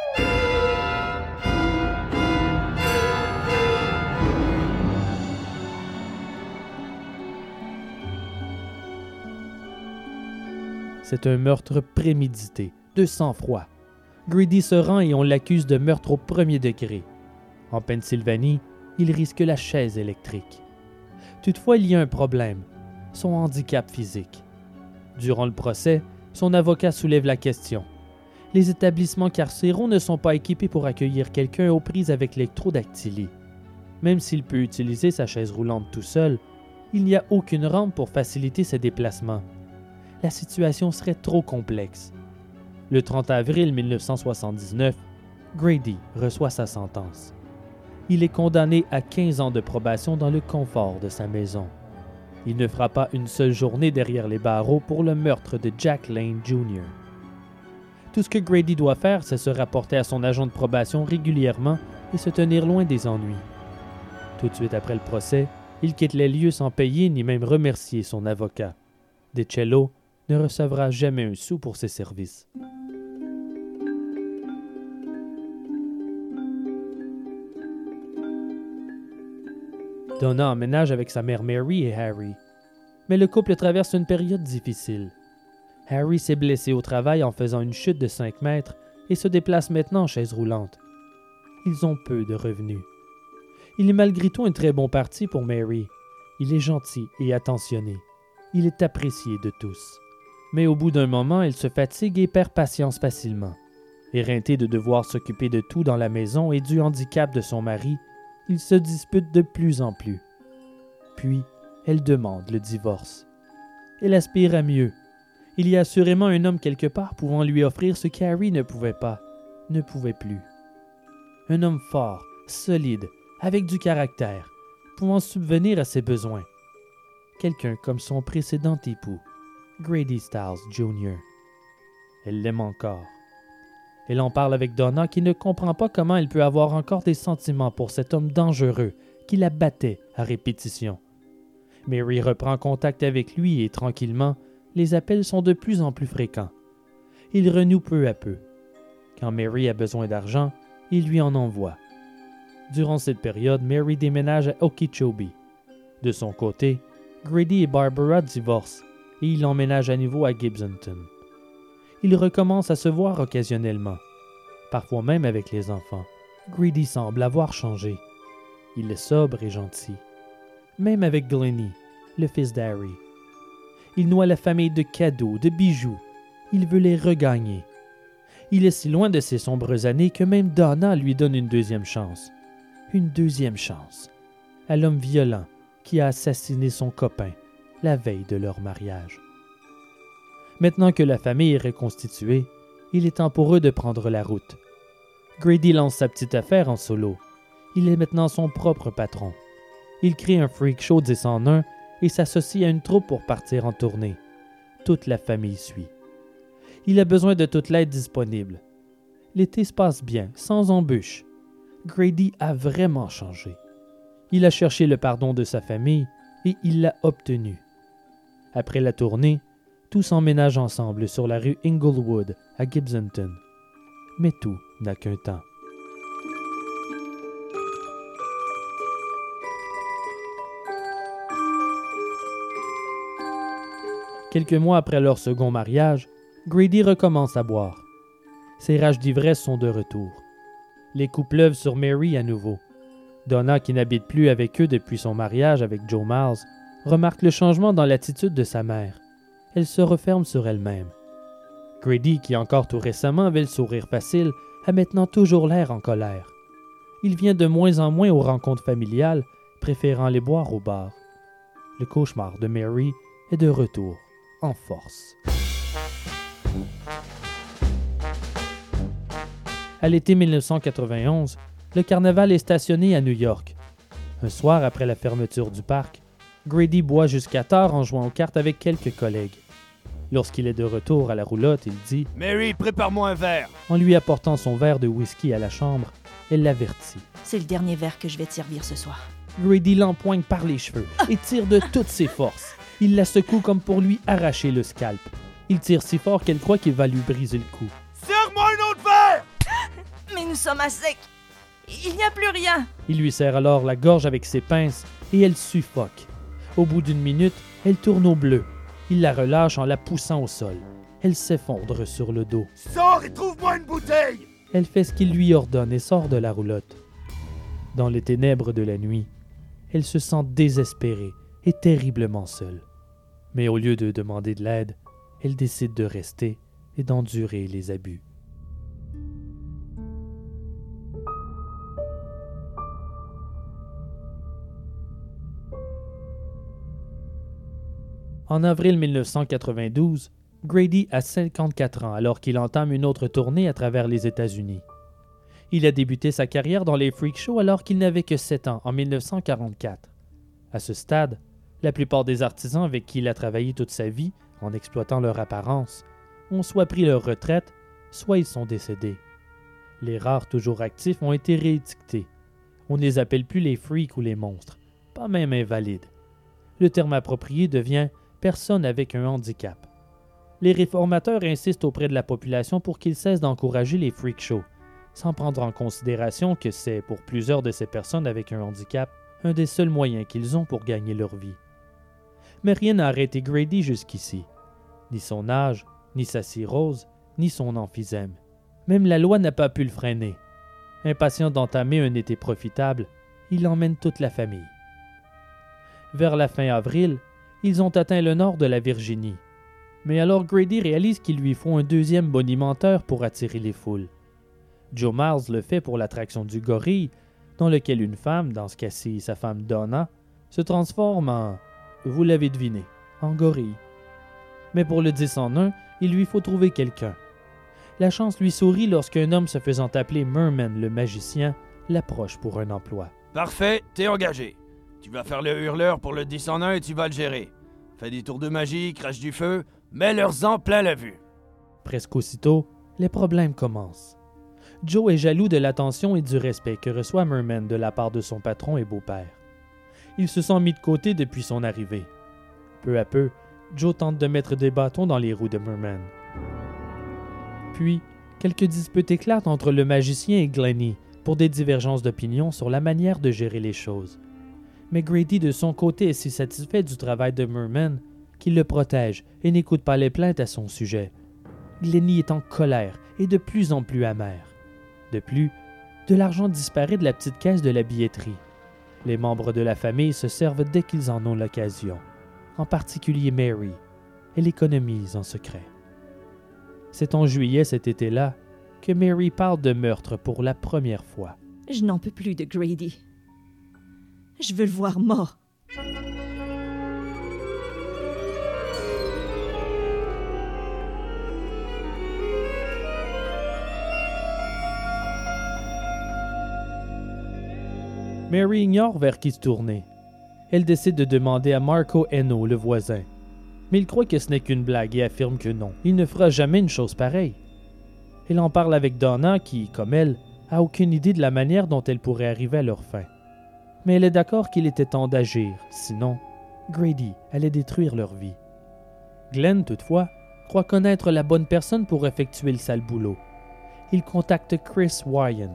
C'est un meurtre prémédité, de sang-froid. Grady se rend et on l'accuse de meurtre au premier degré. En Pennsylvanie, il risque la chaise électrique. Toutefois, il y a un problème, son handicap physique. Durant le procès, son avocat soulève la question. Les établissements carcéraux ne sont pas équipés pour accueillir quelqu'un aux prises avec l'électrodactylie. Même s'il peut utiliser sa chaise roulante tout seul, il n'y a aucune rampe pour faciliter ses déplacements. La situation serait trop complexe. Le trente avril mille neuf cent soixante-dix-neuf, Grady reçoit sa sentence. Il est condamné à quinze ans de probation dans le confort de sa maison. Il ne fera pas une seule journée derrière les barreaux pour le meurtre de Jack Lane junior Tout ce que Grady doit faire, c'est se rapporter à son agent de probation régulièrement et se tenir loin des ennuis. Tout de suite après le procès, il quitte les lieux sans payer ni même remercier son avocat. DeCello ne recevra jamais un sou pour ses services. Donna emménage avec sa mère Mary et Harry. Mais le couple traverse une période difficile. Harry s'est blessé au travail en faisant une chute de cinq mètres et se déplace maintenant en chaise roulante. Ils ont peu de revenus. Il est malgré tout un très bon parti pour Mary. Il est gentil et attentionné. Il est apprécié de tous. Mais au bout d'un moment, elle se fatigue et perd patience facilement. Éreinté de devoir s'occuper de tout dans la maison et du handicap de son mari, ils se disputent de plus en plus. Puis, elle demande le divorce. Elle aspire à mieux. Il y a assurément un homme quelque part pouvant lui offrir ce qu'Harry ne pouvait pas, ne pouvait plus. Un homme fort, solide, avec du caractère, pouvant subvenir à ses besoins. Quelqu'un comme son précédent époux, Grady Stiles junior Elle l'aime encore. Elle en parle avec Donna qui ne comprend pas comment elle peut avoir encore des sentiments pour cet homme dangereux qui la battait à répétition. Mary reprend contact avec lui et tranquillement, les appels sont de plus en plus fréquents. Ils renouent peu à peu. Quand Mary a besoin d'argent, il lui en envoie. Durant cette période, Mary déménage à Okeechobee. De son côté, Grady et Barbara divorcent et il emménage à nouveau à Gibsonton. Ils recommencent à se voir occasionnellement, parfois même avec les enfants. Grady semble avoir changé. Il est sobre et gentil. Même avec Glennie, le fils d'Harry. Il noie la famille de cadeaux, de bijoux. Il veut les regagner. Il est si loin de ses sombres années que même Donna lui donne une deuxième chance. Une deuxième chance. À l'homme violent qui a assassiné son copain la veille de leur mariage. Maintenant que la famille est reconstituée, il est temps pour eux de prendre la route. Grady lance sa petite affaire en solo. Il est maintenant son propre patron. Il crée un freak show dix en un et s'associe à une troupe pour partir en tournée. Toute la famille suit. Il a besoin de toute l'aide disponible. L'été se passe bien, sans embûches. Grady a vraiment changé. Il a cherché le pardon de sa famille et il l'a obtenu. Après la tournée, tous emménagent ensemble sur la rue Inglewood à Gibsonton. Mais tout n'a qu'un temps. Quelques mois après leur second mariage, Grady recommence à boire. Ses rages d'ivresse sont de retour. Les coups pleuvent sur Mary à nouveau. Donna, qui n'habite plus avec eux depuis son mariage avec Joe Miles, remarque le changement dans l'attitude de sa mère. Elle se referme sur elle-même. Grady, qui encore tout récemment avait le sourire facile, a maintenant toujours l'air en colère. Il vient de moins en moins aux rencontres familiales, préférant les boire au bar. Le cauchemar de Mary est de retour, en force. À l'été mille neuf cent quatre-vingt-onze, le carnaval est stationné à New York. Un soir après la fermeture du parc, Grady boit jusqu'à tard en jouant aux cartes avec quelques collègues. Lorsqu'il est de retour à la roulotte, il dit « Mary, prépare-moi un verre! » En lui apportant son verre de whisky à la chambre, elle l'avertit. « C'est le dernier verre que je vais te servir ce soir. » Grady l'empoigne par les cheveux et tire de toutes ses forces. Il la secoue comme pour lui arracher le scalp. Il tire si fort qu'elle croit qu'il va lui briser le cou. « Serre-moi un autre verre! » Mais nous sommes à sec! Il n'y a plus rien! Il lui serre alors la gorge avec ses pinces et elle suffoque. Au bout d'une minute, elle tourne au bleu. Il la relâche en la poussant au sol. Elle s'effondre sur le dos. « Sors et trouve-moi une bouteille! » Elle fait ce qu'il lui ordonne et sort de la roulotte. Dans les ténèbres de la nuit, elle se sent désespérée et terriblement seule. Mais au lieu de demander de l'aide, elle décide de rester et d'endurer les abus. En avril mille neuf cent quatre-vingt-douze, Grady a cinquante-quatre ans alors qu'il entame une autre tournée à travers les États-Unis. Il a débuté sa carrière dans les freak shows alors qu'il n'avait que sept ans, en mille neuf cent quarante-quatre. À ce stade, la plupart des artisans avec qui il a travaillé toute sa vie, en exploitant leur apparence, ont soit pris leur retraite, soit ils sont décédés. Les rares toujours actifs ont été réétiquetés. On ne les appelle plus les freaks ou les monstres, pas même invalides. Le terme approprié devient « personne avec un handicap ». Les réformateurs insistent auprès de la population pour qu'ils cessent d'encourager les freak shows, sans prendre en considération que c'est, pour plusieurs de ces personnes avec un handicap, un des seuls moyens qu'ils ont pour gagner leur vie. Mais rien n'a arrêté Grady jusqu'ici. Ni son âge, ni sa cirrhose, ni son emphysème. Même la loi n'a pas pu le freiner. Impatient d'entamer un été profitable, il emmène toute la famille. Vers la fin avril, ils ont atteint le nord de la Virginie. Mais alors Grady réalise qu'il lui faut un deuxième bonimenteur pour attirer les foules. Joe Miles le fait pour l'attraction du gorille, dans lequel une femme, dans ce cas-ci sa femme Donna, se transforme en, vous l'avez deviné, en gorille. Mais pour le dix en un, il lui faut trouver quelqu'un. La chance lui sourit lorsqu'un homme se faisant appeler Merman le magicien l'approche pour un emploi. Parfait, t'es engagé. Tu vas faire le hurleur pour le dix en un et tu vas le gérer. Fais des tours de magie, crache du feu, mets leurs ans plein la vue. Presque aussitôt, les problèmes commencent. Joe est jaloux de l'attention et du respect que reçoit Merman de la part de son patron et beau-père. Il se sent mis de côté depuis son arrivée. Peu à peu, Joe tente de mettre des bâtons dans les roues de Merman. Puis, quelques disputes éclatent entre le magicien et Glennie pour des divergences d'opinion sur la manière de gérer les choses. Mais Grady, de son côté, est si satisfait du travail de Merman qu'il le protège et n'écoute pas les plaintes à son sujet. Glennie est en colère et de plus en plus amère. De plus, de l'argent disparaît de la petite caisse de la billetterie. Les membres de la famille se servent dès qu'ils en ont l'occasion. En particulier Mary. Elle économise en secret. C'est en juillet cet été-là que Mary parle de meurtre pour la première fois. Je n'en peux plus de Grady. Je veux le voir mort. Mary ignore vers qui se tourner. Elle décide de demander à Marco Eno, le voisin. Mais il croit que ce n'est qu'une blague et affirme que non, il ne fera jamais une chose pareille. Elle en parle avec Donna qui, comme elle, a aucune idée de la manière dont elle pourrait arriver à leur fin. Mais elle est d'accord qu'il était temps d'agir, sinon Grady allait détruire leur vie. Glenn, toutefois, croit connaître la bonne personne pour effectuer le sale boulot. Il contacte Chris Wyant.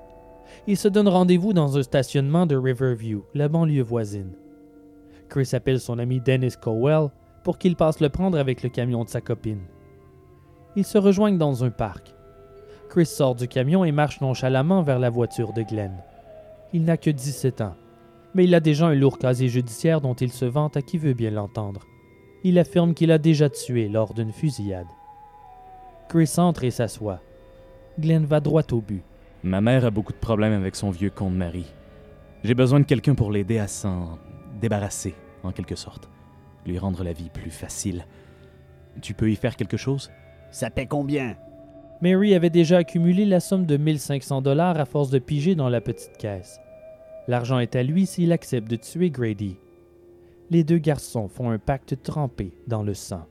Il se donne rendez-vous dans un stationnement de Riverview, la banlieue voisine. Chris appelle son ami Dennis Cowell pour qu'il passe le prendre avec le camion de sa copine. Ils se rejoignent dans un parc. Chris sort du camion et marche nonchalamment vers la voiture de Glenn. Il n'a que dix-sept ans, mais il a déjà un lourd casier judiciaire dont il se vante à qui veut bien l'entendre. Il affirme qu'il a déjà tué lors d'une fusillade. Chris entre et s'assoit. Glenn va droit au but. Ma mère a beaucoup de problèmes avec son vieux compte Marie. J'ai besoin de quelqu'un pour l'aider à s'en débarrasser, en quelque sorte. Lui rendre la vie plus facile. Tu peux y faire quelque chose? Ça paie combien? Mary avait déjà accumulé la somme de mille cinq cents dollars à force de piger dans la petite caisse. L'argent est à lui s'il accepte de tuer Grady. Les deux garçons font un pacte trempé dans le sang.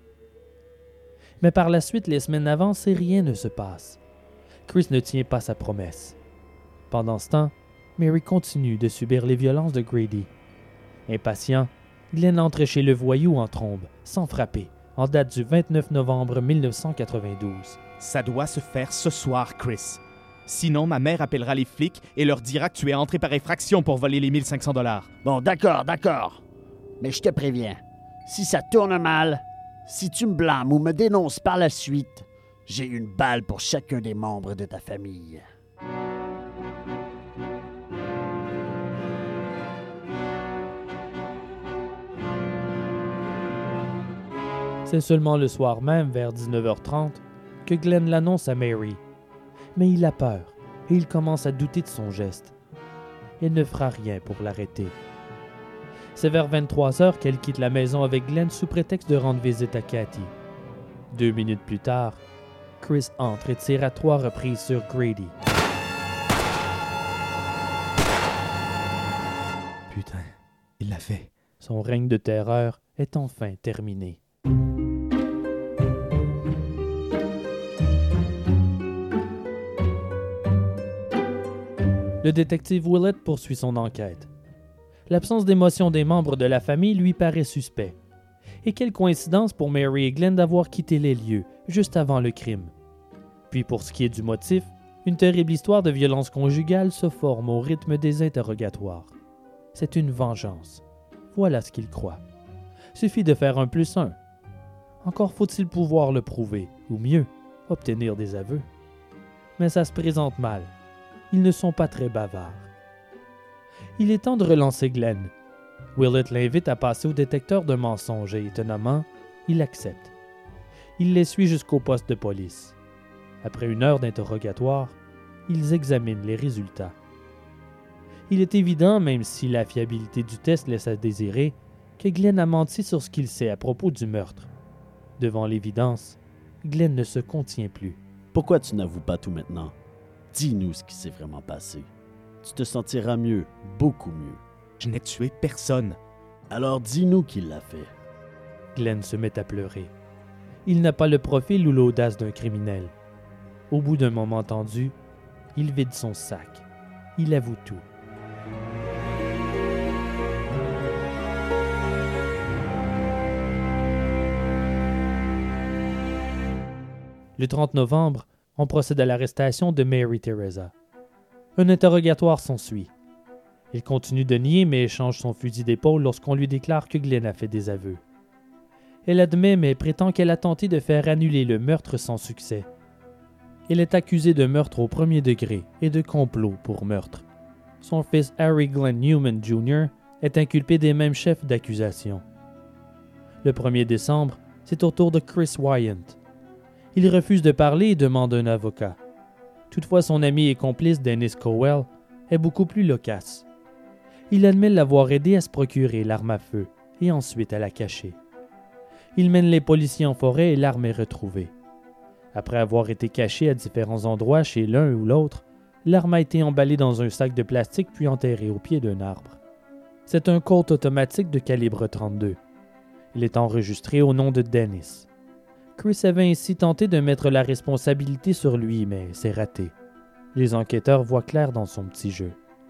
Mais par la suite, les semaines avancent et rien ne se passe. Chris ne tient pas sa promesse. Pendant ce temps, Mary continue de subir les violences de Grady. Impatient, Glenn entre chez le voyou en trombe, sans frapper, en date du vingt-neuf novembre mille neuf cent quatre-vingt-douze. Ça doit se faire ce soir, Chris. Sinon, ma mère appellera les flics et leur dira que tu es entré par effraction pour voler les mille cinq cents dollars. Bon, d'accord, d'accord. Mais je te préviens, si ça tourne mal, si tu me blâmes ou me dénonces par la suite, j'ai une balle pour chacun des membres de ta famille. C'est seulement le soir même, vers dix-neuf heures trente, que Glenn l'annonce à Mary. Mais il a peur et il commence à douter de son geste. Elle ne fera rien pour l'arrêter. C'est vers vingt-trois heures qu'elle quitte la maison avec Glenn sous prétexte de rendre visite à Cathy. Deux minutes plus tard, Chris entre et tire à trois reprises sur Grady. Putain, il l'a fait. Son règne de terreur est enfin terminé. Le détective Willett poursuit son enquête. L'absence d'émotion des membres de la famille lui paraît suspect. Et quelle coïncidence pour Mary et Glenn d'avoir quitté les lieux juste avant le crime. Puis pour ce qui est du motif, une terrible histoire de violence conjugale se forme au rythme des interrogatoires. C'est une vengeance. Voilà ce qu'il croit. Suffit de faire un plus un. Encore faut-il pouvoir le prouver, ou mieux, obtenir des aveux. Mais ça se présente mal. Ils ne sont pas très bavards. Il est temps de relancer Glenn. Willett l'invite à passer au détecteur de mensonges et, étonnamment, il accepte. Il les suit jusqu'au poste de police. Après une heure d'interrogatoire, ils examinent les résultats. Il est évident, même si la fiabilité du test laisse à désirer, que Glenn a menti sur ce qu'il sait à propos du meurtre. Devant l'évidence, Glenn ne se contient plus. Pourquoi tu n'avoues pas tout maintenant? Dis-nous ce qui s'est vraiment passé. Tu te sentiras mieux, beaucoup mieux. Je n'ai tué personne. Alors dis-nous qui l'a fait. Glenn se met à pleurer. Il n'a pas le profil ou l'audace d'un criminel. Au bout d'un moment tendu, il vide son sac. Il avoue tout. Le trente novembre, on procède à l'arrestation de Mary Teresa. Un interrogatoire s'ensuit. Il continue de nier mais échange son fusil d'épaule lorsqu'on lui déclare que Glenn a fait des aveux. Elle admet mais prétend qu'elle a tenté de faire annuler le meurtre sans succès. Elle est accusée de meurtre au premier degré et de complot pour meurtre. Son fils Harry Glenn Newman Junior est inculpé des mêmes chefs d'accusation. Le premier décembre, c'est au tour de Chris Wyant. Il refuse de parler et demande un avocat. Toutefois, son ami et complice Dennis Cowell est beaucoup plus loquace. Il admet l'avoir aidé à se procurer l'arme à feu et ensuite à la cacher. Il mène les policiers en forêt et l'arme est retrouvée. Après avoir été cachée à différents endroits chez l'un ou l'autre, l'arme a été emballée dans un sac de plastique puis enterrée au pied d'un arbre. C'est un Colt automatique de calibre trente-deux. Il est enregistré au nom de Dennis. Chris avait ainsi tenté de mettre la responsabilité sur lui, mais c'est raté. Les enquêteurs voient clair dans son petit jeu.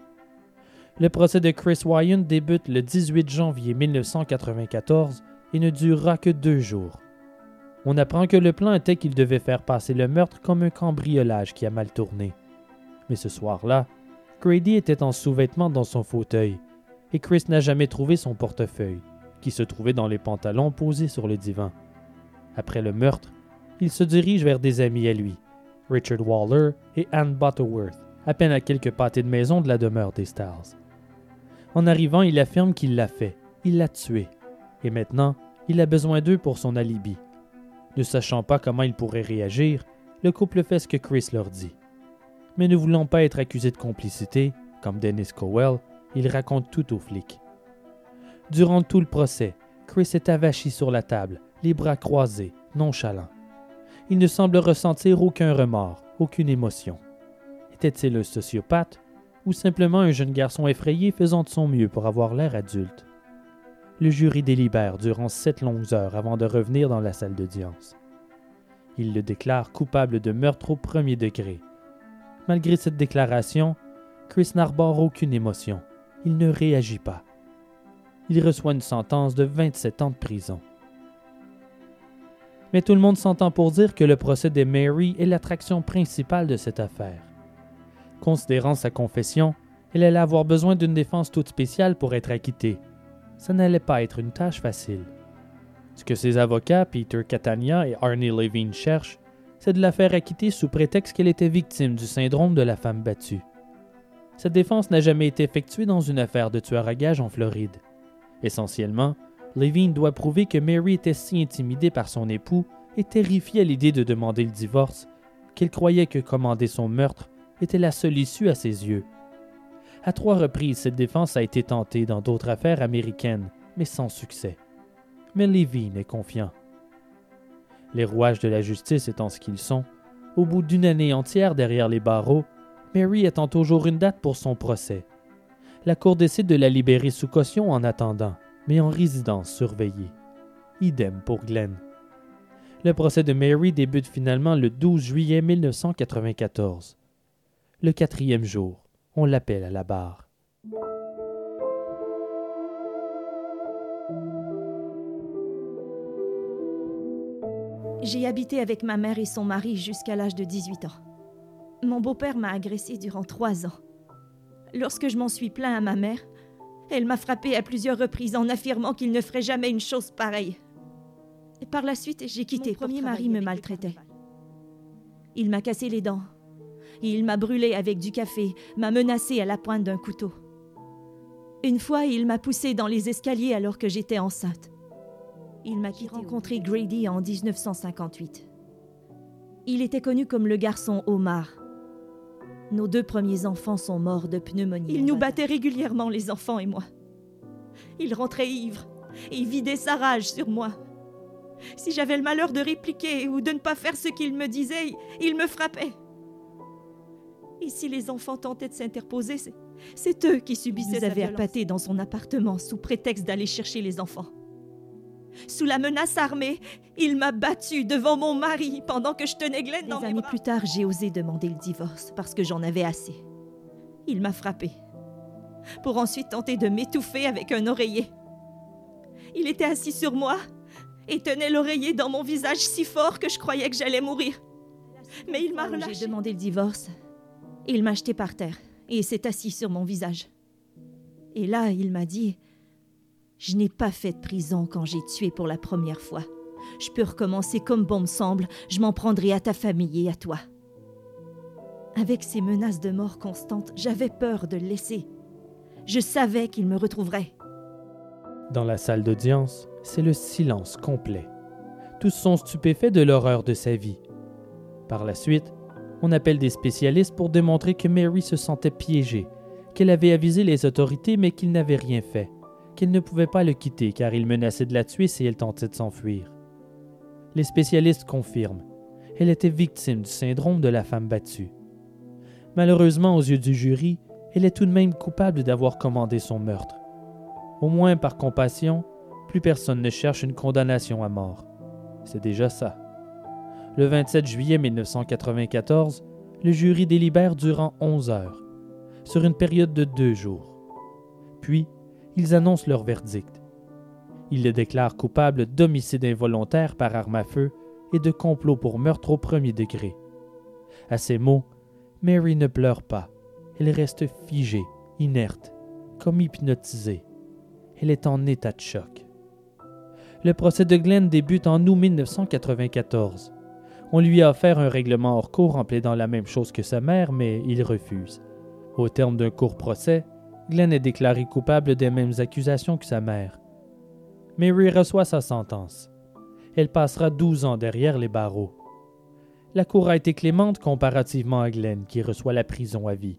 Le procès de Chris Wyant débute le dix-huit janvier mille neuf cent quatre-vingt-quatorze et ne durera que deux jours. On apprend que le plan était qu'il devait faire passer le meurtre comme un cambriolage qui a mal tourné. Mais ce soir-là, Grady était en sous-vêtements dans son fauteuil et Chris n'a jamais trouvé son portefeuille, qui se trouvait dans les pantalons posés sur le divan. Après le meurtre, il se dirige vers des amis à lui, Richard Waller et Anne Butterworth, à peine à quelques pâtés de maison de la demeure des Styles. En arrivant, il affirme qu'il l'a fait, il l'a tué, et maintenant, il a besoin d'eux pour son alibi. Ne sachant pas comment il pourrait réagir, le couple fait ce que Chris leur dit. Mais ne voulant pas être accusé de complicité, comme Dennis Cowell, il raconte tout aux flics. Durant tout le procès, Chris est avachi sur la table, les bras croisés, nonchalant. Il ne semble ressentir aucun remords, aucune émotion. Était-il un sociopathe ou simplement un jeune garçon effrayé faisant de son mieux pour avoir l'air adulte? Le jury délibère durant sept longues heures avant de revenir dans la salle d'audience. Il le déclare coupable de meurtre au premier degré. Malgré cette déclaration, Chris n'arbore aucune émotion. Il ne réagit pas. Il reçoit une sentence de vingt-sept ans de prison. Mais tout le monde s'entend pour dire que le procès de Mary est l'attraction principale de cette affaire. Considérant sa confession, elle allait avoir besoin d'une défense toute spéciale pour être acquittée. Ça n'allait pas être une tâche facile. Ce que ses avocats, Peter Catania et Arnie Levine, cherchent, c'est de la faire acquitter sous prétexte qu'elle était victime du syndrome de la femme battue. Cette défense n'a jamais été effectuée dans une affaire de tueur à gages en Floride. Essentiellement, Levine doit prouver que Mary était si intimidée par son époux et terrifiée à l'idée de demander le divorce qu'elle croyait que commander son meurtre était la seule issue à ses yeux. À trois reprises, cette défense a été tentée dans d'autres affaires américaines, mais sans succès. Mais Levine est confiant. Les rouages de la justice étant ce qu'ils sont, au bout d'une année entière derrière les barreaux, Mary attend toujours une date pour son procès. La cour décide de la libérer sous caution en attendant, mais en résidence surveillée. Idem pour Glenn. Le procès de Mary débute finalement le douze juillet mille neuf cent quatre-vingt-quatorze. Le quatrième jour, on l'appelle à la barre. J'ai habité avec ma mère et son mari jusqu'à l'âge de dix-huit ans. Mon beau-père m'a agressée durant trois ans. Lorsque je m'en suis plaint à ma mère, elle m'a frappée à plusieurs reprises en affirmant qu'il ne ferait jamais une chose pareille. Et par la suite, j'ai quitté. Mon premier mari me maltraitait. Il m'a cassé les dents. Il m'a brûlé avec du café, m'a menacé à la pointe d'un couteau. Une fois, il m'a poussée dans les escaliers alors que j'étais enceinte. Il m'a rencontré Grady en dix-neuf cent cinquante-huit. Il était connu comme le garçon Omar. Nos deux premiers enfants sont morts de pneumonie. Il nous battait régulièrement, les enfants et moi. Il rentrait ivre et vidait sa rage sur moi. Si j'avais le malheur de répliquer ou de ne pas faire ce qu'il me disait, il me frappait. Et si les enfants tentaient de s'interposer, c'est, c'est eux qui subissaient sa violence. Ils avaient appâté dans son appartement sous prétexte d'aller chercher les enfants. Sous la menace armée, il m'a battue devant mon mari pendant que je tenais Glenn dans mes bras. Des années plus tard, j'ai osé demander le divorce parce que j'en avais assez. Il m'a frappée, pour ensuite tenter de m'étouffer avec un oreiller. Il était assis sur moi et tenait l'oreiller dans mon visage si fort que je croyais que j'allais mourir. Mais il m'a relâché. J'ai demandé le divorce. Il m'a jeté par terre et s'est assis sur mon visage. Et là, il m'a dit... Je n'ai pas fait de prison quand j'ai tué pour la première fois. Je peux recommencer comme bon me semble. Je m'en prendrai à ta famille et à toi. Avec ces menaces de mort constantes, j'avais peur de le laisser. Je savais qu'il me retrouverait. Dans la salle d'audience, c'est le silence complet. Tous sont stupéfaits de l'horreur de sa vie. Par la suite, on appelle des spécialistes pour démontrer que Mary se sentait piégée, qu'elle avait avisé les autorités mais qu'il n'avait rien fait, qu'elle ne pouvait pas le quitter car il menaçait de la tuer si elle tentait de s'enfuir. Les spécialistes confirment. Elle était victime du syndrome de la femme battue. Malheureusement, aux yeux du jury, elle est tout de même coupable d'avoir commandé son meurtre. Au moins, par compassion, plus personne ne cherche une condamnation à mort. C'est déjà ça. Le vingt-sept juillet mille neuf cent quatre-vingt-quatorze, le jury délibère durant onze heures, sur une période de deux jours. Puis, ils annoncent leur verdict. Ils le déclarent coupable d'homicide involontaire par arme à feu et de complot pour meurtre au premier degré. À ces mots, Mary ne pleure pas. Elle reste figée, inerte, comme hypnotisée. Elle est en état de choc. Le procès de Glenn débute en août mille neuf cent quatre-vingt-quatorze. On lui a offert un règlement hors cour en plaidant la même chose que sa mère, mais il refuse. Au terme d'un court procès, Glenn est déclaré coupable des mêmes accusations que sa mère. Mary reçoit sa sentence. Elle passera douze ans derrière les barreaux. La cour a été clémente comparativement à Glenn, qui reçoit la prison à vie.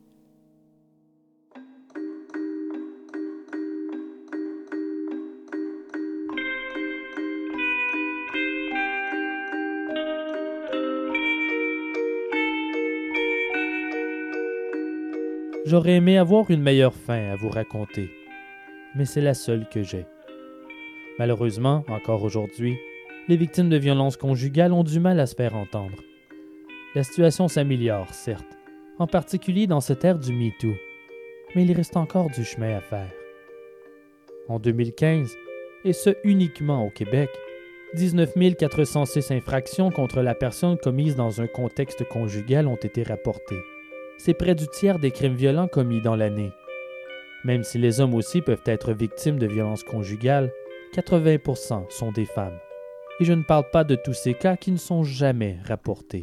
J'aurais aimé avoir une meilleure fin à vous raconter, mais c'est la seule que j'ai. Malheureusement, encore aujourd'hui, les victimes de violences conjugales ont du mal à se faire entendre. La situation s'améliore, certes, en particulier dans cette ère du MeToo, mais il reste encore du chemin à faire. En deux mille quinze, et ce uniquement au Québec, dix-neuf mille quatre cent six infractions contre la personne commises dans un contexte conjugal ont été rapportées. C'est près du tiers des crimes violents commis dans l'année. Même si les hommes aussi peuvent être victimes de violences conjugales, quatre-vingts pour cent sont des femmes. Et je ne parle pas de tous ces cas qui ne sont jamais rapportés.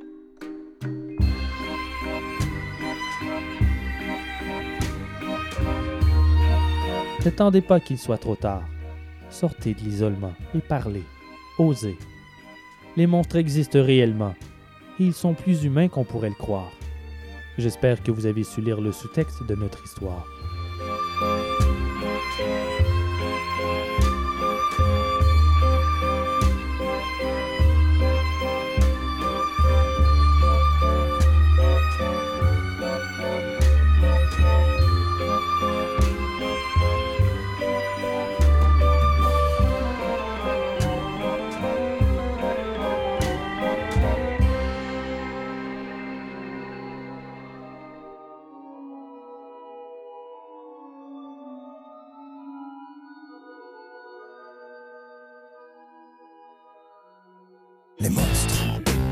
N'attendez pas qu'il soit trop tard. Sortez de l'isolement et parlez. Osez. Les monstres existent réellement et ils sont plus humains qu'on pourrait le croire. J'espère que vous avez su lire le sous-texte de notre histoire. Les monstres.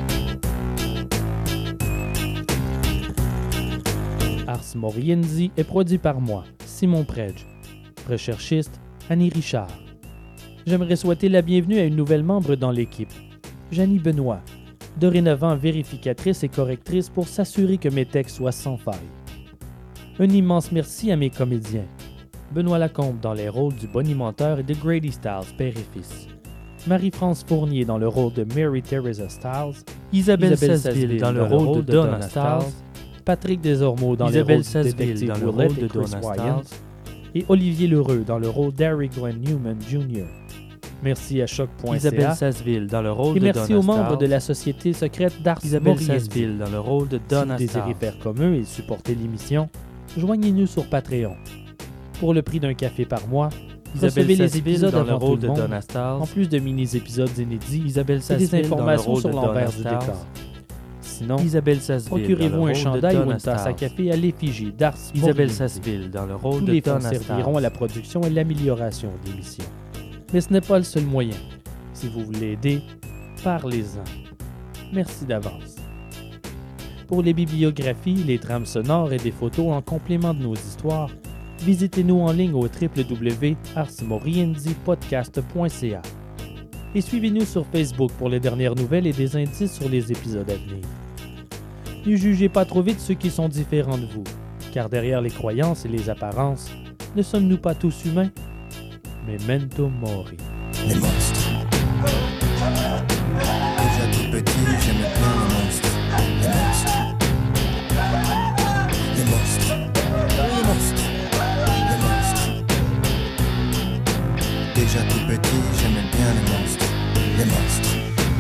Ars Moriendi est produit par moi, Simon Predge. Recherchiste, Annie Richard. J'aimerais souhaiter la bienvenue à une nouvelle membre dans l'équipe, Janie Benoît, dorénavant vérificatrice et correctrice pour s'assurer que mes textes soient sans faille. Un immense merci à mes comédiens, Benoît Lacombe dans les rôles du bonimenteur et de Grady Stiles, père et fils. Marie-France Fournier dans le rôle de Mary Teresa Stiles, Isabelle, Isabelle Sasseville dans le rôle de Donna Stiles, Patrick Desormeaux dans Isabelle le rôle de détective dans le rôle de Donna Stiles, et Olivier Lheureux dans le rôle d'Harry Glenn Newman junior Merci à choc point c a Isabelle Sasseville dans le rôle et de merci Donna aux membres Stiles. de la société secrète d'Ars Isabelle Moriendi. Sasseville dans le rôle de Donna Si vous désirez Stiles. faire comme eux et supporter l'émission, joignez-nous sur Patreon. Pour le prix d'un café par mois, Recevez les épisodes dans le avant rôle tout de le monde, Donna Stiles. en plus de mini-épisodes inédits Isabelle et Sasseville des dans le informations rôle sur de l'envers Donna du Stiles. décor. Sinon, Isabelle Sasseville dans procurez-vous le un rôle chandail de ou une Donna tasse à Stiles. café à l'effigie d'Ars Isabelle Moriendi. Sasseville dans le rôle Tous de les fonds Donna serviront Stiles. à la production et l'amélioration de l'émission. Mais ce n'est pas le seul moyen. Si vous voulez aider, parlez-en. Merci d'avance. Pour les bibliographies, les trames sonores et des photos en complément de nos histoires, visitez-nous en ligne au w w w point ars moriendi podcast point c a. Et suivez-nous sur Facebook pour les dernières nouvelles et des indices sur les épisodes à venir. Ne jugez pas trop vite ceux qui sont différents de vous, car derrière les croyances et les apparences, ne sommes-nous pas tous humains? Memento mori. Les monstres. Déjà tout petit, j'aimais bien les monstres. Les monstres. Les monstres. Les monstres. Les monstres. Déjà tout petit, j'aimais bien les monstres. Les monstres.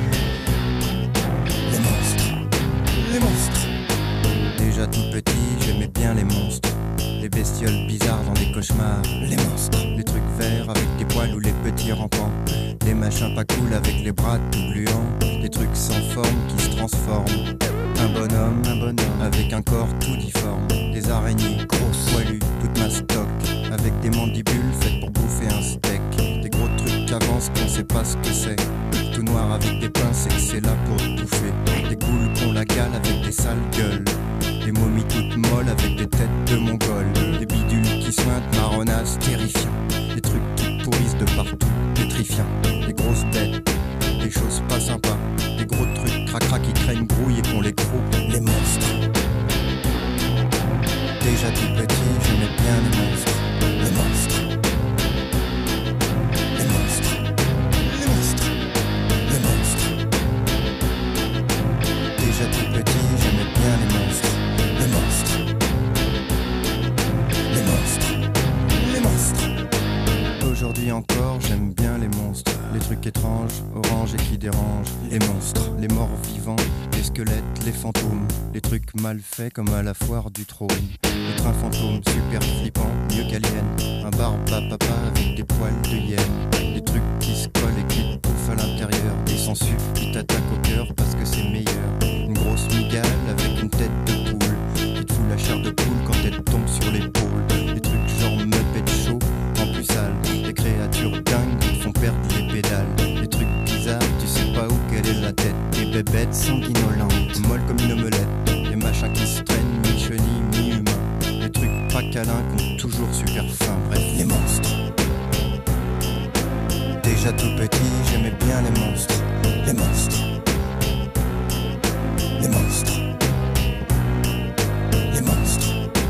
Les monstres. Les monstres. Déjà tout petit, j'aimais bien les monstres. Les bestioles bizarres dans des cauchemars. Les monstres. Les trucs verts avec des poils ou les petits rampants. Les machins pas cool avec les bras tout gluants. Des trucs sans forme qui se transforment. Un bonhomme, un bonhomme avec un corps tout difforme. Des araignées grosses, poilues, toute mastoc. Avec des mandibules faites pour bouffer un steak. Des gros trucs qui avancent qu'on sait pas ce que c'est. Tout noir avec des pinces et que c'est là pour te bouffer. Des ghouls qu'on la gale avec des sales gueules. Des momies toutes molles avec des têtes de mongols. Des bidules qui sointent, marronnasses, terrifiants. Des trucs qui pourrissent de partout, pétrifiants. Des grosses bêtes, des choses pas sympas. Des gros trucs cracra qui craignent grouille et qu'on les croûte. Les monstres. Déjà tout petit, j'aimais bien les monstres. Les monstres. Les monstres. Les monstres. Les monstres. Déjà tout petit, j'aimais bien les monstres. Les monstres. Les monstres. Les monstres. Aujourd'hui encore, j'aime bien les monstres. Les trucs étranges, orange et qui dérangent. Les monstres, les morts vivants, les squelettes, les fantômes. Les trucs mal faits comme à la foire du trône. Les trains fantômes super flippants, mieux qu'Alien. Un barbe à papa avec des poils de hyène. Des trucs qui se collent et qui te bouffent à l'intérieur. Des sangsues qui t'attaquent au cœur parce que c'est meilleur. Une grosse migale avec une tête de poule qui te fout la chair de poule quand elle tombe sur l'épaule. Des trucs genre Muppet Show en plus sale. Des créatures dingues qui te font perdre les pédales. Des trucs bizarres, tu sais pas où quelle est la tête. Des bébêtes sanguinolentes, molles comme une omelette. Des machins qui se traînent, mi-chenilles, mi-humains. Des trucs pas câlins qui ont toujours super faim. Bref, les monstres. Déjà tout petit, j'aimais bien les monstres. Les monstres. Les monstres. Les monstres.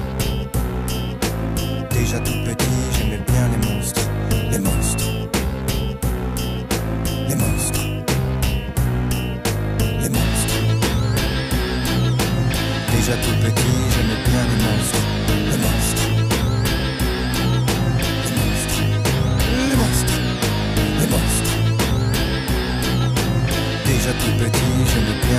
Déjà tout petit, j'aimais bien les monstres. Les monstres. Les monstres. Les monstres. Déjà tout petit, j'aimais bien les monstres. Les monstres. Les monstres. Les monstres. Les monstres. Déjà tout petit, j'aimais bien